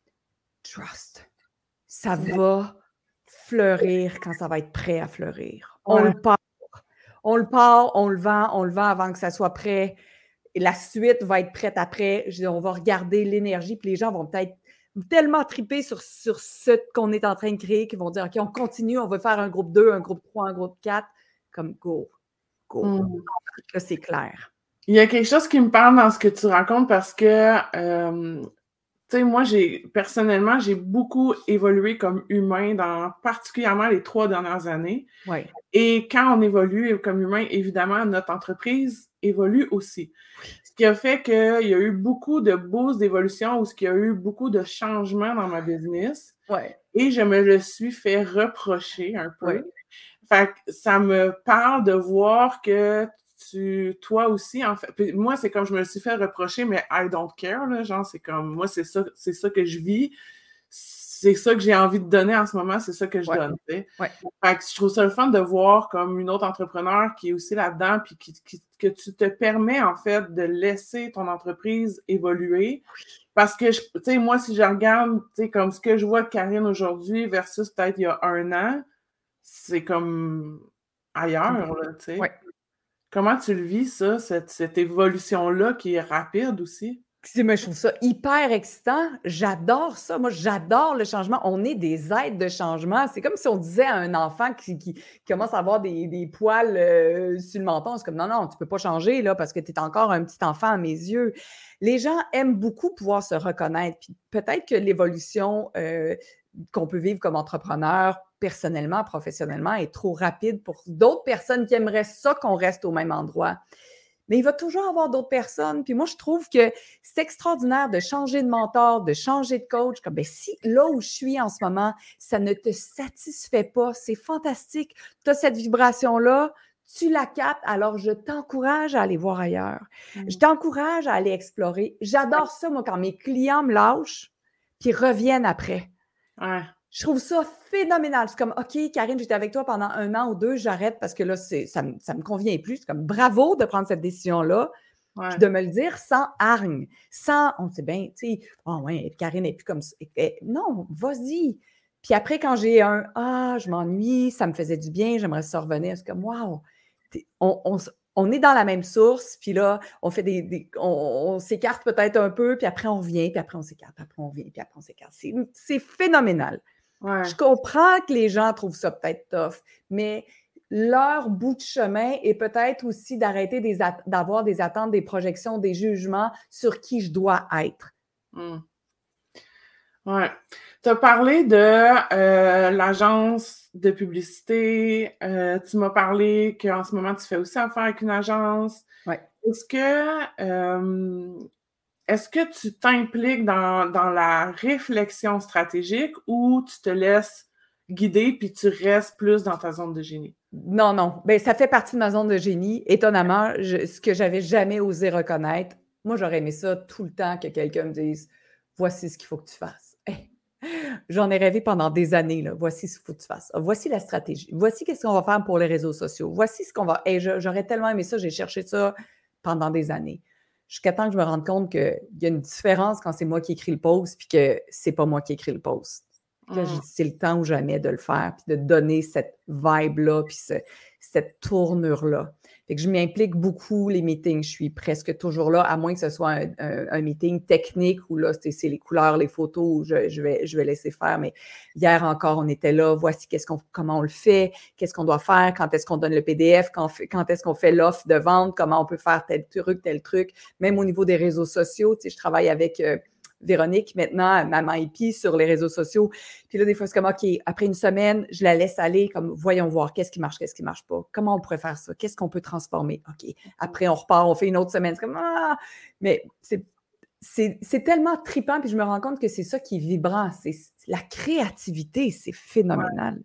trust. Ça va fleurir quand ça va être prêt à fleurir. Ouais. On le part. On le part, on le vend, on le vend avant que ça soit prêt. Et la suite va être prête après. Je dis, on va regarder l'énergie, puis les gens vont peut-être tellement triper sur, sur ce qu'on est en train de créer qu'ils vont dire, OK, on continue, on va faire un groupe deux, un groupe trois, un groupe quatre. Comme go, go. Mm. Là, c'est clair. Il y a quelque chose qui me parle dans ce que tu racontes parce que, euh, tu sais, moi, j'ai personnellement, j'ai beaucoup évolué comme humain dans particulièrement les trois dernières années. Oui. Et quand on évolue comme humain, évidemment, notre entreprise évolue aussi. Ce qui a fait qu'il y a eu beaucoup de boosts d'évolution ou ce qui a eu beaucoup de changements dans ma business. Ouais. Et je me le suis fait reprocher un peu. Ouais. Fait que ça me parle de voir que tu, toi aussi, en fait, puis moi, c'est comme je me le suis fait reprocher, mais I don't care, là, genre, c'est comme, moi, c'est ça, c'est ça que je vis. c'est ça que j'ai envie de donner en ce moment, c'est ça que je Ouais. donne, tu sais. Ouais. Fait que je trouve ça le fun de voir comme une autre entrepreneur qui est aussi là-dedans, puis qui, qui- que tu te permets, en fait, de laisser ton entreprise évoluer. Parce que, je- tu sais, moi, si je regarde, tu sais, comme ce que je vois de Karine aujourd'hui versus peut-être il y a un an, c'est comme ailleurs, là, tu sais. Ouais. Comment tu le vis, ça, cette, cette évolution-là qui est rapide aussi? Tu sais, moi, je trouve ça hyper excitant. J'adore ça. Moi, j'adore le changement. On est des êtres de changement. C'est comme si on disait à un enfant qui, qui- qui commence à avoir des, des poils euh, sur le menton. C'est comme non, non, tu peux pas changer là parce que tu es encore un petit enfant à mes yeux. Les gens aiment beaucoup pouvoir se reconnaître. Puis peut-être que l'évolution euh, qu'on peut vivre comme entrepreneur, personnellement, professionnellement, est trop rapide pour d'autres personnes qui aimeraient ça qu'on reste au même endroit. Mais il va toujours avoir d'autres personnes. Puis moi, je trouve que c'est extraordinaire de changer de mentor, de changer de coach. Comme, ben, si là où je suis en ce moment, ça ne te satisfait pas, c'est fantastique. Tu as cette vibration-là, tu la captes, alors je t'encourage à aller voir ailleurs. Mm. Je t'encourage à aller explorer. J'adore ça, moi, quand mes clients me lâchent, puis reviennent après. Ouais. Je trouve ça phénoménal. C'est comme, OK, Karine, j'étais avec toi pendant un an ou deux, j'arrête parce que là, c'est, ça ne me convient plus. C'est comme, bravo de prendre cette décision-là, Ouais. puis de me le dire sans hargne, sans, on sait bien, tu sais, oh ouais, Karine n'est plus comme ça. Et, et, non, vas-y. Puis après, quand j'ai un, ah, je m'ennuie, ça me faisait du bien, j'aimerais ça revenir, c'est comme, wow, on, on, on est dans la même source, puis là, on fait des, des on, on s'écarte peut-être un peu, puis après on revient, puis après on s'écarte, puis après on vient, puis après on s'écarte. C'est, c'est phénoménal. Ouais. Je comprends que les gens trouvent ça peut-être tough, mais leur bout de chemin est peut-être aussi d'arrêter des at- d'avoir des attentes, des projections, des jugements sur qui je dois être. Mm. Ouais. Tu as parlé de euh, l'agence de publicité. Euh, tu m'as parlé qu'en ce moment, tu fais aussi affaire avec une agence. Ouais. Est-ce que, euh, est-ce que tu t'impliques dans, dans la réflexion stratégique ou tu te laisses guider puis tu restes plus dans ta zone de génie? Non, non. Ben, ça fait partie de ma zone de génie. Étonnamment, je- ce que j'avais jamais osé reconnaître, moi, j'aurais aimé ça tout le temps que quelqu'un me dise « Voici ce qu'il faut que tu fasses. Hey, » J'en ai rêvé pendant des années. Là. Voici ce qu'il faut que tu fasses. Voici la stratégie. Voici qu'est-ce qu'on va faire pour les réseaux sociaux. Voici ce qu'on va... Hey, je- j'aurais tellement aimé ça. J'ai cherché ça pendant des années. Jusqu'à temps que je me rende compte qu'il y a une différence quand c'est moi qui écris le post puis que c'est pas moi qui écris le post. Là, j'ai Mm. dit, c'est le temps ou jamais de le faire, puis de donner cette vibe-là, puis ce- cette tournure-là. Fait que je m'implique beaucoup, les meetings. Je suis presque toujours là, à moins que ce soit un, un- un meeting technique où là, c'est, c'est les couleurs, les photos, où je, je vais, je vais laisser faire. Mais hier encore, on était là. Voici qu'est-ce qu'on, comment on le fait, qu'est-ce qu'on doit faire, quand est-ce qu'on donne le P D F, quand, quand est-ce qu'on fait l'offre de vente, comment on peut faire tel truc, tel truc. Même au niveau des réseaux sociaux, tu sais, je travaille avec... Euh, Véronique, maintenant, Maman Hippie, sur les réseaux sociaux. Puis là, des fois, c'est comme, OK, après une semaine, je la laisse aller, comme, voyons voir, qu'est-ce qui marche, qu'est-ce qui marche pas, comment on pourrait faire ça, qu'est-ce qu'on peut transformer, OK. Après, on repart, on fait une autre semaine, c'est comme, ah! Mais c'est, c'est, c'est tellement trippant, puis je me rends compte que c'est ça qui est vibrant, c'est, la créativité, c'est phénoménal.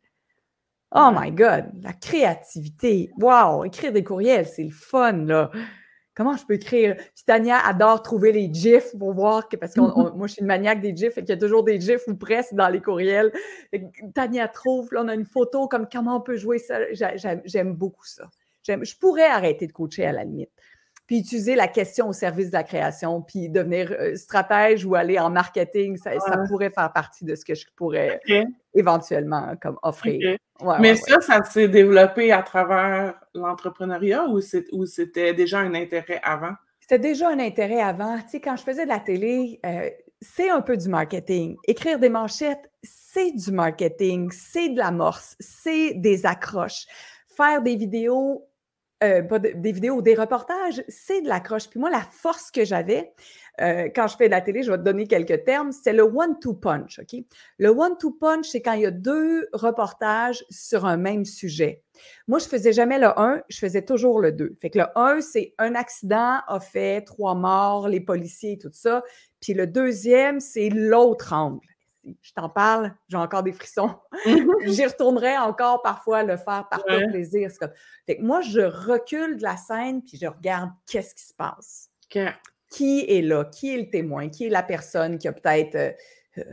Oh Ouais. my God, la créativité, wow, écrire des courriels, c'est le fun, là. Comment je peux écrire? Puis Tania adore trouver les gifs pour voir que, parce que moi, je suis une maniaque des gifs, et qu'il y a toujours des gifs ou presque dans les courriels. Fait que Tania trouve, là, on a une photo comme comment on peut jouer ça. J'aime, j'aime beaucoup ça. J'aime, je pourrais arrêter de coacher à la limite. Puis utiliser la question au service de la création, puis devenir euh, stratège ou aller en marketing, ça, ça Ouais. pourrait faire partie de ce que je pourrais OK. éventuellement comme offrir. OK. Ouais, Mais ouais, ça, ouais. ça s'est développé à travers l'entrepreneuriat ou, c'est, ou c'était déjà un intérêt avant? C'était déjà un intérêt avant. Tu sais, quand je faisais de la télé, euh, c'est un peu du marketing. Écrire des manchettes, c'est du marketing, c'est de l'amorce, c'est des accroches. Faire des vidéos, euh, pas de- des vidéos, des reportages, c'est de l'accroche. Puis moi, la force que j'avais euh, quand je fais de la télé, je vais te donner quelques termes, c'est le one-two punch. OK? Le one-two punch, c'est quand il y a deux reportages sur un même sujet. Moi, je faisais jamais le un, je faisais toujours le deux. Fait que le un, c'est un accident a fait trois morts, les policiers, tout ça. Puis le deuxième, c'est l'autre angle. Je t'en parle, j'ai encore des frissons. J'y retournerai encore parfois le faire par Ouais. pur plaisir. C'est comme... Fait que moi, je recule de la scène puis je regarde qu'est-ce qui se passe. OK. Qui est là? Qui est le témoin? Qui est la personne qui a peut-être... Euh, euh,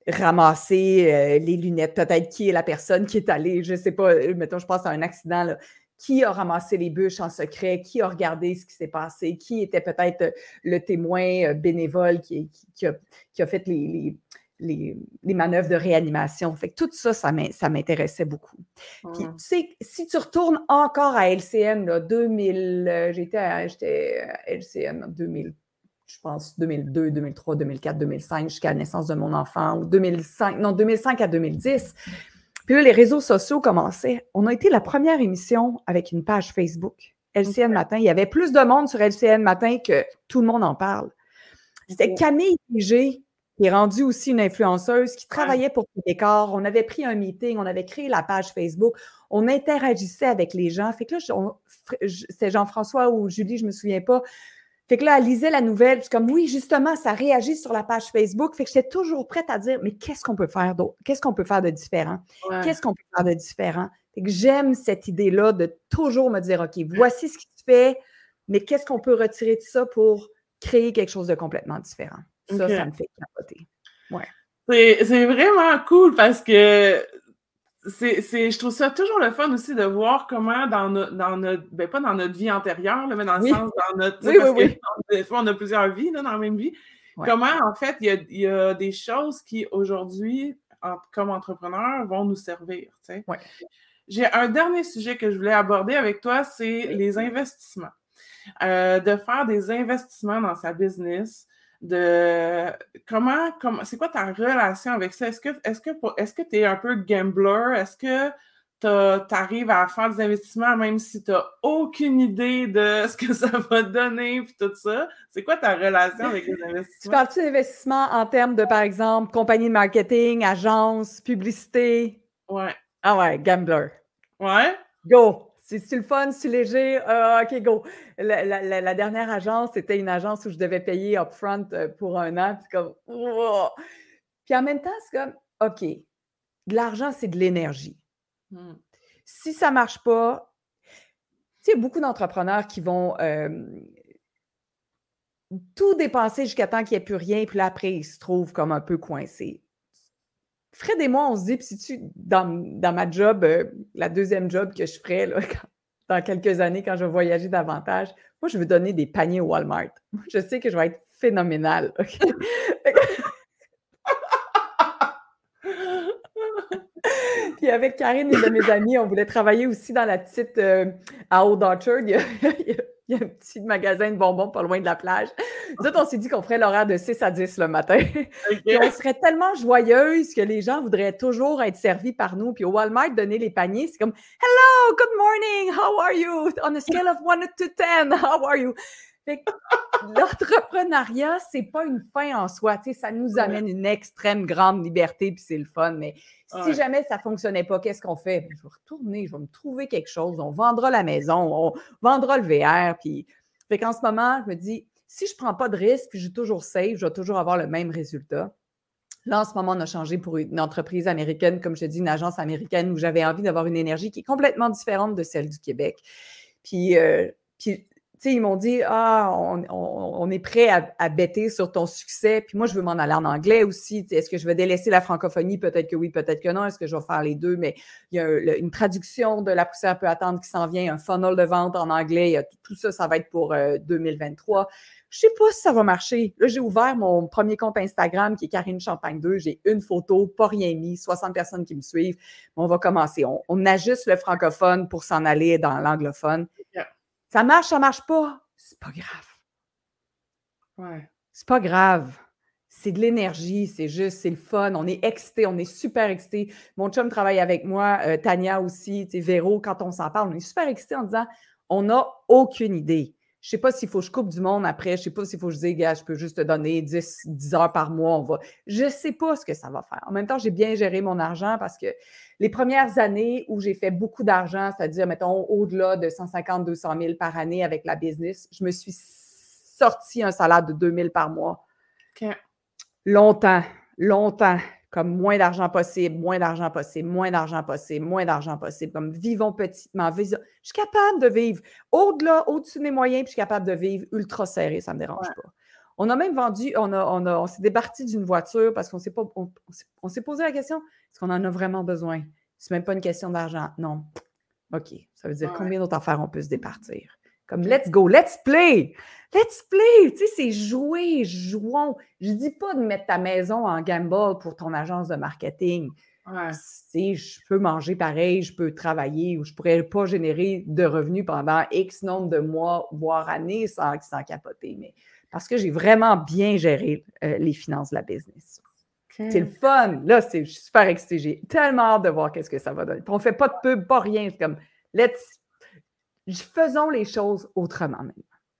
ramasser euh, les lunettes. Peut-être qui est la personne qui est allée, je ne sais pas, mettons, je pense à un accident, là. Qui a ramassé les bûches en secret, qui a regardé ce qui s'est passé, qui était peut-être le témoin bénévole qui, qui, qui, a, qui a fait les... les Les, les manœuvres de réanimation. Fait que tout ça, ça m'intéressait beaucoup. Mmh. Puis, tu sais, si tu retournes encore à L C N, là, deux mille, euh, j'étais à, j'étais à L C N en deux mille, je pense, deux mille deux, deux mille trois, deux mille quatre, deux mille cinq, jusqu'à la naissance de mon enfant, ou deux mille cinq, non, deux mille cinq à deux mille dix. Puis là, les réseaux sociaux commençaient. On a été la première émission avec une page Facebook. L C N okay. Matin. Il y avait plus de monde sur L C N Matin que tout le monde en parle. C'était okay. Camille Léger, qui est rendue aussi une influenceuse, qui travaillait pour Québécois. On avait pris un meeting, on avait créé la page Facebook, on interagissait avec les gens. Fait que là, c'était Jean-François ou Julie, je ne me souviens pas. Fait que là, elle lisait la nouvelle, puis comme, oui, justement, ça réagit sur la page Facebook. Fait que j'étais toujours prête à dire, mais qu'est-ce qu'on peut faire d'autre? Qu'est-ce qu'on peut faire de différent? Ouais. Qu'est-ce qu'on peut faire de différent? Fait que j'aime cette idée-là de toujours me dire, OK, voici ce qui se fait, mais qu'est-ce qu'on peut retirer de ça pour créer quelque chose de complètement différent? Ça, okay. Ça me fait capoter. Ouais. C'est vraiment cool parce que c'est, c'est, je trouve ça toujours le fun aussi de voir comment dans, no, dans notre, ben pas dans notre vie antérieure, là, mais dans le oui. sens dans notre, oui, parce oui, que oui. Des fois on a plusieurs vies là, dans la même vie. Ouais. Comment en fait il y a, il y a des choses qui aujourd'hui, en, comme entrepreneurs, vont nous servir. Tu sais. Ouais. J'ai un dernier sujet que je voulais aborder avec toi, c'est oui. les investissements. Euh, de faire des investissements dans sa business. De comment, comment c'est quoi ta relation avec ça? Est-ce que est-ce que est-ce que tu es un peu gambler? Est-ce que tu arrives à faire des investissements même si tu n'as aucune idée de ce que ça va donner puis tout ça? C'est quoi ta relation avec les investissements? Tu parles-tu d'investissement en termes de, par exemple, compagnie de marketing, agence, publicité? Ouais. Ah ouais, gambler. Ouais? Go! C'est-tu le fun, c'est léger? Uh, OK, go. La, la, la dernière agence, c'était une agence où je devais payer upfront pour un an. Puis comme, oh! Puis en même temps, c'est comme, OK, de l'argent, c'est de l'énergie. Hmm. Si ça ne marche pas, tu sais, il y a beaucoup d'entrepreneurs qui vont euh, tout dépenser jusqu'à temps qu'il n'y ait plus rien, puis là, après, ils se trouvent comme un peu coincés. Fred et moi, on se dit, puis si tu dans, dans ma job, euh, la deuxième job que je ferais là, quand, dans quelques années, quand je vais voyager davantage, moi, je veux donner des paniers au Walmart. Moi, je sais que je vais être phénoménale. Okay? Puis avec Karine, une de mes amies, on voulait travailler aussi dans la petite, euh, à Old Orchard, il y, a, il y a un petit magasin de bonbons pas loin de la plage. Nous autres, on s'est dit qu'on ferait l'horaire de six à dix le matin. Okay. Puis on serait tellement joyeuses que les gens voudraient toujours être servis par nous. Puis au Walmart, donner les paniers, c'est comme « Hello, good morning, how are you? On a scale of one to ten, how are you? » Fait que l'entrepreneuriat, c'est pas une fin en soi. Tu sais, ça nous amène une extrême grande liberté, puis c'est le fun. Mais si ouais. jamais ça fonctionnait pas, qu'est-ce qu'on fait? Je vais retourner, je vais me trouver quelque chose. On vendra la maison, on vendra le V R. Puis, fait qu'en ce moment, je me dis, si je prends pas de risque, puis je suis toujours safe, je vais toujours avoir le même résultat. Là, en ce moment, on a changé pour une entreprise américaine, comme je te dis, une agence américaine où j'avais envie d'avoir une énergie qui est complètement différente de celle du Québec. Puis, euh, puis tu sais, ils m'ont dit, ah, on, on, on est prêt à, à bêter sur ton succès. Puis moi, je veux m'en aller en anglais aussi. Est-ce que je vais délaisser la francophonie? Peut-être que oui, peut-être que non. Est-ce que je vais faire les deux? Mais il y a un, une traduction de La poussière peut attendre qui s'en vient, un funnel de vente en anglais. Il y a tout, tout ça, ça va être pour euh, deux mille vingt-trois. Je sais pas si ça va marcher. Là, j'ai ouvert mon premier compte Instagram qui est Karine Champagne deux. J'ai une photo, pas rien mis, soixante personnes qui me suivent. On va commencer. On, on ajuste le francophone pour s'en aller dans l'anglophone. Yeah. Ça marche, ça marche pas. C'est pas grave. Ouais. C'est pas grave. C'est de l'énergie, c'est juste, c'est le fun. On est excités, on est super excités. Mon chum travaille avec moi, euh, Tania aussi, tu sais, Véro, quand on s'en parle, on est super excités en disant, on n'a aucune idée. Je sais pas s'il faut que je coupe du monde après, je sais pas s'il faut que je dise, gars, je peux juste te donner dix, dix heures par mois, on va. Je sais pas ce que ça va faire. En même temps, j'ai bien géré mon argent parce que les premières années où j'ai fait beaucoup d'argent, c'est-à-dire, mettons, au-delà de cent cinquante à deux cent mille par année avec la business, je me suis sorti un salaire de deux mille par mois. Okay. Longtemps, longtemps, comme moins d'argent possible, moins d'argent possible, moins d'argent possible, moins d'argent possible, comme vivons petitement. Vivons. Je suis capable de vivre au-delà, au-dessus de mes moyens, puis je suis capable de vivre ultra serré, ça ne me dérange ouais. pas. On a même vendu, on, a, on, a, on s'est débarqué d'une voiture parce qu'on s'est pas, on, on, s'est, on s'est posé la question, est-ce qu'on en a vraiment besoin? C'est même pas une question d'argent. Non. OK. Ça veut dire ouais. Combien d'autres affaires on peut se départir? Comme okay. Let's go, let's play! Let's play! Tu sais, c'est jouer, jouons. Je dis pas de mettre ta maison en gamble pour ton agence de marketing. Ouais. C'est, je peux manger pareil, je peux travailler ou je pourrais pas générer de revenus pendant X nombre de mois, voire années sans, sans capoter. Mais parce que j'ai vraiment bien géré euh, les finances de la business. Okay. C'est le fun. Là, c'est, je suis super excitée. J'ai tellement hâte de voir qu'est-ce que ça va donner. Puis on fait pas de pub, pas rien. C'est comme, let's, faisons les choses autrement maintenant.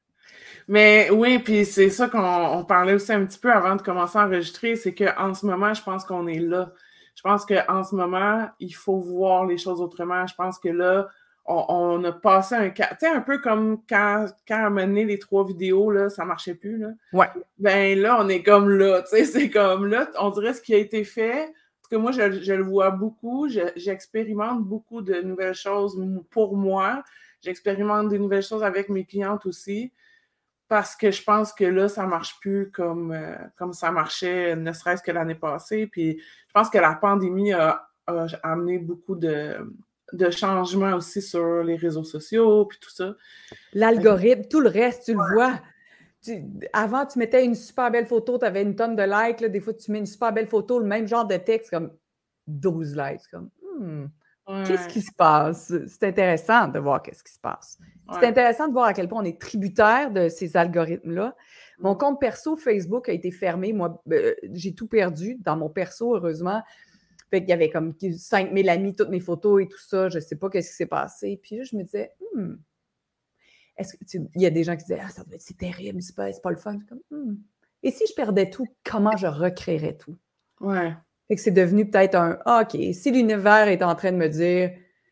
Mais oui, puis c'est ça qu'on on parlait aussi un petit peu avant de commencer à enregistrer, c'est qu'en ce moment, je pense qu'on est là. Je pense qu'en ce moment, il faut voir les choses autrement. Je pense que là, on, on a passé un cas. Tu sais, un peu comme quand, quand on menait les trois vidéos, là, ça marchait plus, là. Ouais. Ben là, on est comme là, tu sais, c'est comme là, on dirait ce qui a été fait. Parce que moi, je, je le vois beaucoup. Je, j'expérimente beaucoup de nouvelles choses pour moi. J'expérimente des nouvelles choses avec mes clientes aussi. Parce que je pense que là, ça ne marche plus comme, euh, comme ça marchait, ne serait-ce que l'année passée. Puis je pense que la pandémie a, a amené beaucoup de, de changements aussi sur les réseaux sociaux, puis tout ça. L'algorithme, tout le reste, tu le vois. Tu, avant, tu mettais une super belle photo, tu avais une tonne de likes. Là, des fois, tu mets une super belle photo, le même genre de texte, comme douze likes. Comme, hmm, ouais. Qu'est-ce qui se passe? C'est intéressant de voir qu'est-ce qui se passe. Ouais. C'est intéressant de voir à quel point on est tributaire de ces algorithmes-là. Mon mmh. compte perso Facebook a été fermé. Moi, euh, j'ai tout perdu dans mon perso, heureusement. Fait qu'il y avait comme cinq mille amis, toutes mes photos et tout ça. Je ne sais pas qu'est-ce qui s'est passé. Puis là, je me disais, hmm, est-ce que tu... il y a des gens qui disaient, ah, ça doit être, c'est terrible, c'est pas, c'est pas le fun. Comme, hmm. Et si je perdais tout, comment je recréerais tout? Ouais. Fait que c'est devenu peut-être un, ah, OK, si l'univers est en train de me dire,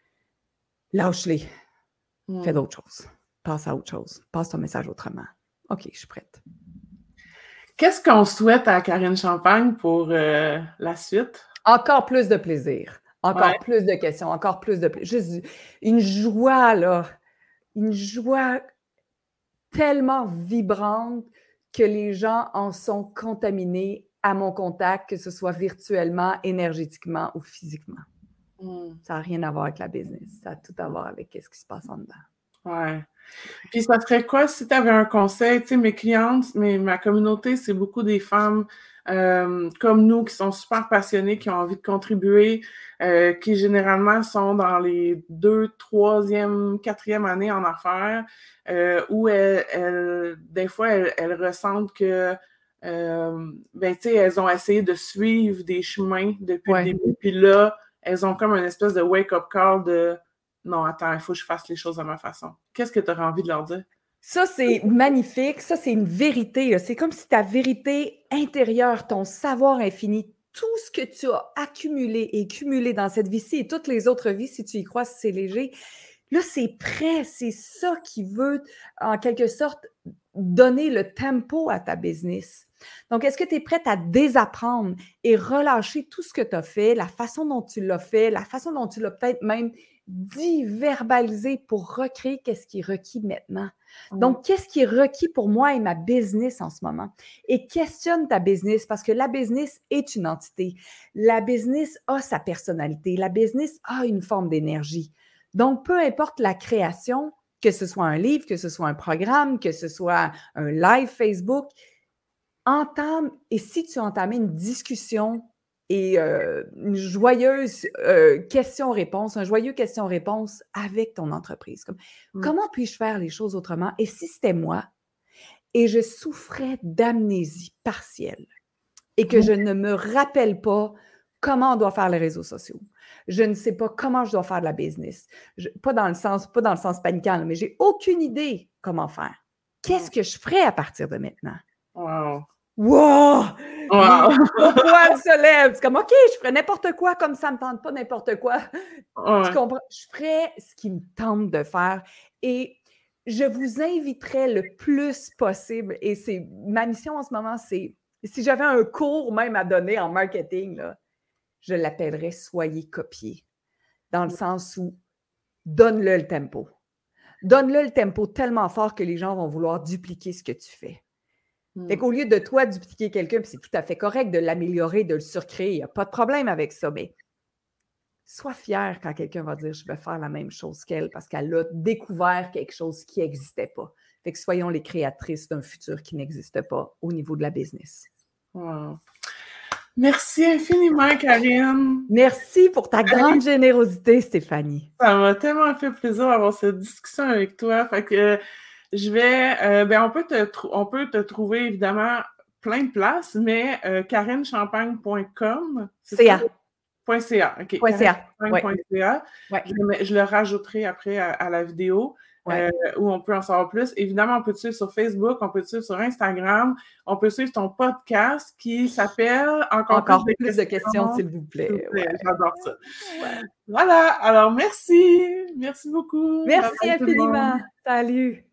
lâche-les. Mm. Fais d'autres choses. Passe à autre chose. Passe ton message autrement. OK, je suis prête. Qu'est-ce qu'on souhaite à Karine Champagne pour euh, la suite? Encore plus de plaisir. Encore ouais. plus de questions. Encore plus de plaisir. Juste une joie, là. Une joie tellement vibrante que les gens en sont contaminés à mon contact, que ce soit virtuellement, énergétiquement ou physiquement. Mm. Ça n'a rien à voir avec la business. Ça a tout à voir avec ce qui se passe en dedans. Ouais. Puis ça serait quoi si tu avais un conseil? Tu sais, mes clientes, mes, ma communauté, c'est beaucoup des femmes euh, comme nous qui sont super passionnées, qui ont envie de contribuer, euh, qui généralement sont dans les deux, troisième, quatrième années en affaires, euh, où elles, elles, des fois, elles, elles ressentent que euh, ben, tu sais, elles ont essayé de suivre des chemins depuis ouais. le début, puis là, elles ont comme une espèce de wake-up call de non, attends, il faut que je fasse les choses à ma façon. Qu'est-ce que tu aurais envie de leur dire? Ça, c'est magnifique. Ça, c'est une vérité. Là. C'est comme si ta vérité intérieure, ton savoir infini, tout ce que tu as accumulé et cumulé dans cette vie-ci et toutes les autres vies, si tu y crois, si c'est léger, là, c'est prêt. C'est ça qui veut, en quelque sorte, donner le tempo à ta business. Donc, est-ce que tu es prête à désapprendre et relâcher tout ce que tu as fait, la façon dont tu l'as fait, la façon dont tu l'as peut-être même dit, verbalisé pour recréer qu'est-ce qui est requis maintenant. Mmh. Donc, qu'est-ce qui est requis pour moi et ma business en ce moment? Et questionne ta business parce que la business est une entité. La business a sa personnalité. La business a une forme d'énergie. Donc, peu importe la création, que ce soit un livre, que ce soit un programme, que ce soit un live Facebook, entame, et si tu entames une discussion et euh, une joyeuse euh, question-réponse, un joyeux question-réponse avec ton entreprise. Comme, mmh. Comment puis-je faire les choses autrement? Et si c'était moi et je souffrais d'amnésie partielle et que mmh. je ne me rappelle pas comment on doit faire les réseaux sociaux, je ne sais pas comment je dois faire de la business, je, pas dans le sens, pas dans le sens paniquant, là, mais j'ai aucune idée comment faire. Qu'est-ce que je ferais à partir de maintenant? Wow! Wow! Wow! Mon poil se lève. C'est comme, OK, je ferais n'importe quoi comme ça ne me tente pas n'importe quoi. Ouais. Tu comprends? Je ferais ce qui me tente de faire et je vous inviterais le plus possible. Et c'est ma mission en ce moment, c'est si j'avais un cours même à donner en marketing, là, je l'appellerais « Soyez copiés » dans le sens où donne-le le tempo. Donne-le le tempo tellement fort que les gens vont vouloir dupliquer ce que tu fais. Mm. Fait qu'au lieu de toi dupliquer quelqu'un, puis c'est tout à fait correct de l'améliorer, de le surcréer, il n'y a pas de problème avec ça, mais sois fier quand quelqu'un va dire « je vais faire la même chose qu'elle » parce qu'elle a découvert quelque chose qui n'existait pas. Fait que soyons les créatrices d'un futur qui n'existe pas au niveau de la business. Wow. Merci infiniment, Karine. Merci pour ta grande générosité, Stéphanie. Ça m'a tellement fait plaisir d'avoir cette discussion avec toi. Fait que euh, je vais, euh, ben on peut te, on peut te trouver évidemment plein de places, mais euh, karine champagne point com. C A. Point .ca, OK. Point .ca. Ouais. Ouais. Je, je le rajouterai après à, à la vidéo. Ouais. Euh, où on peut en savoir plus. Évidemment, on peut te suivre sur Facebook, on peut te suivre sur Instagram, on peut suivre ton podcast qui s'appelle Encore, Encore plus, plus de questions, questions s'il vous plaît. S'il vous plaît. Ouais. J'adore ça. Ouais. Voilà, alors merci. Merci beaucoup. Merci infiniment. Salut.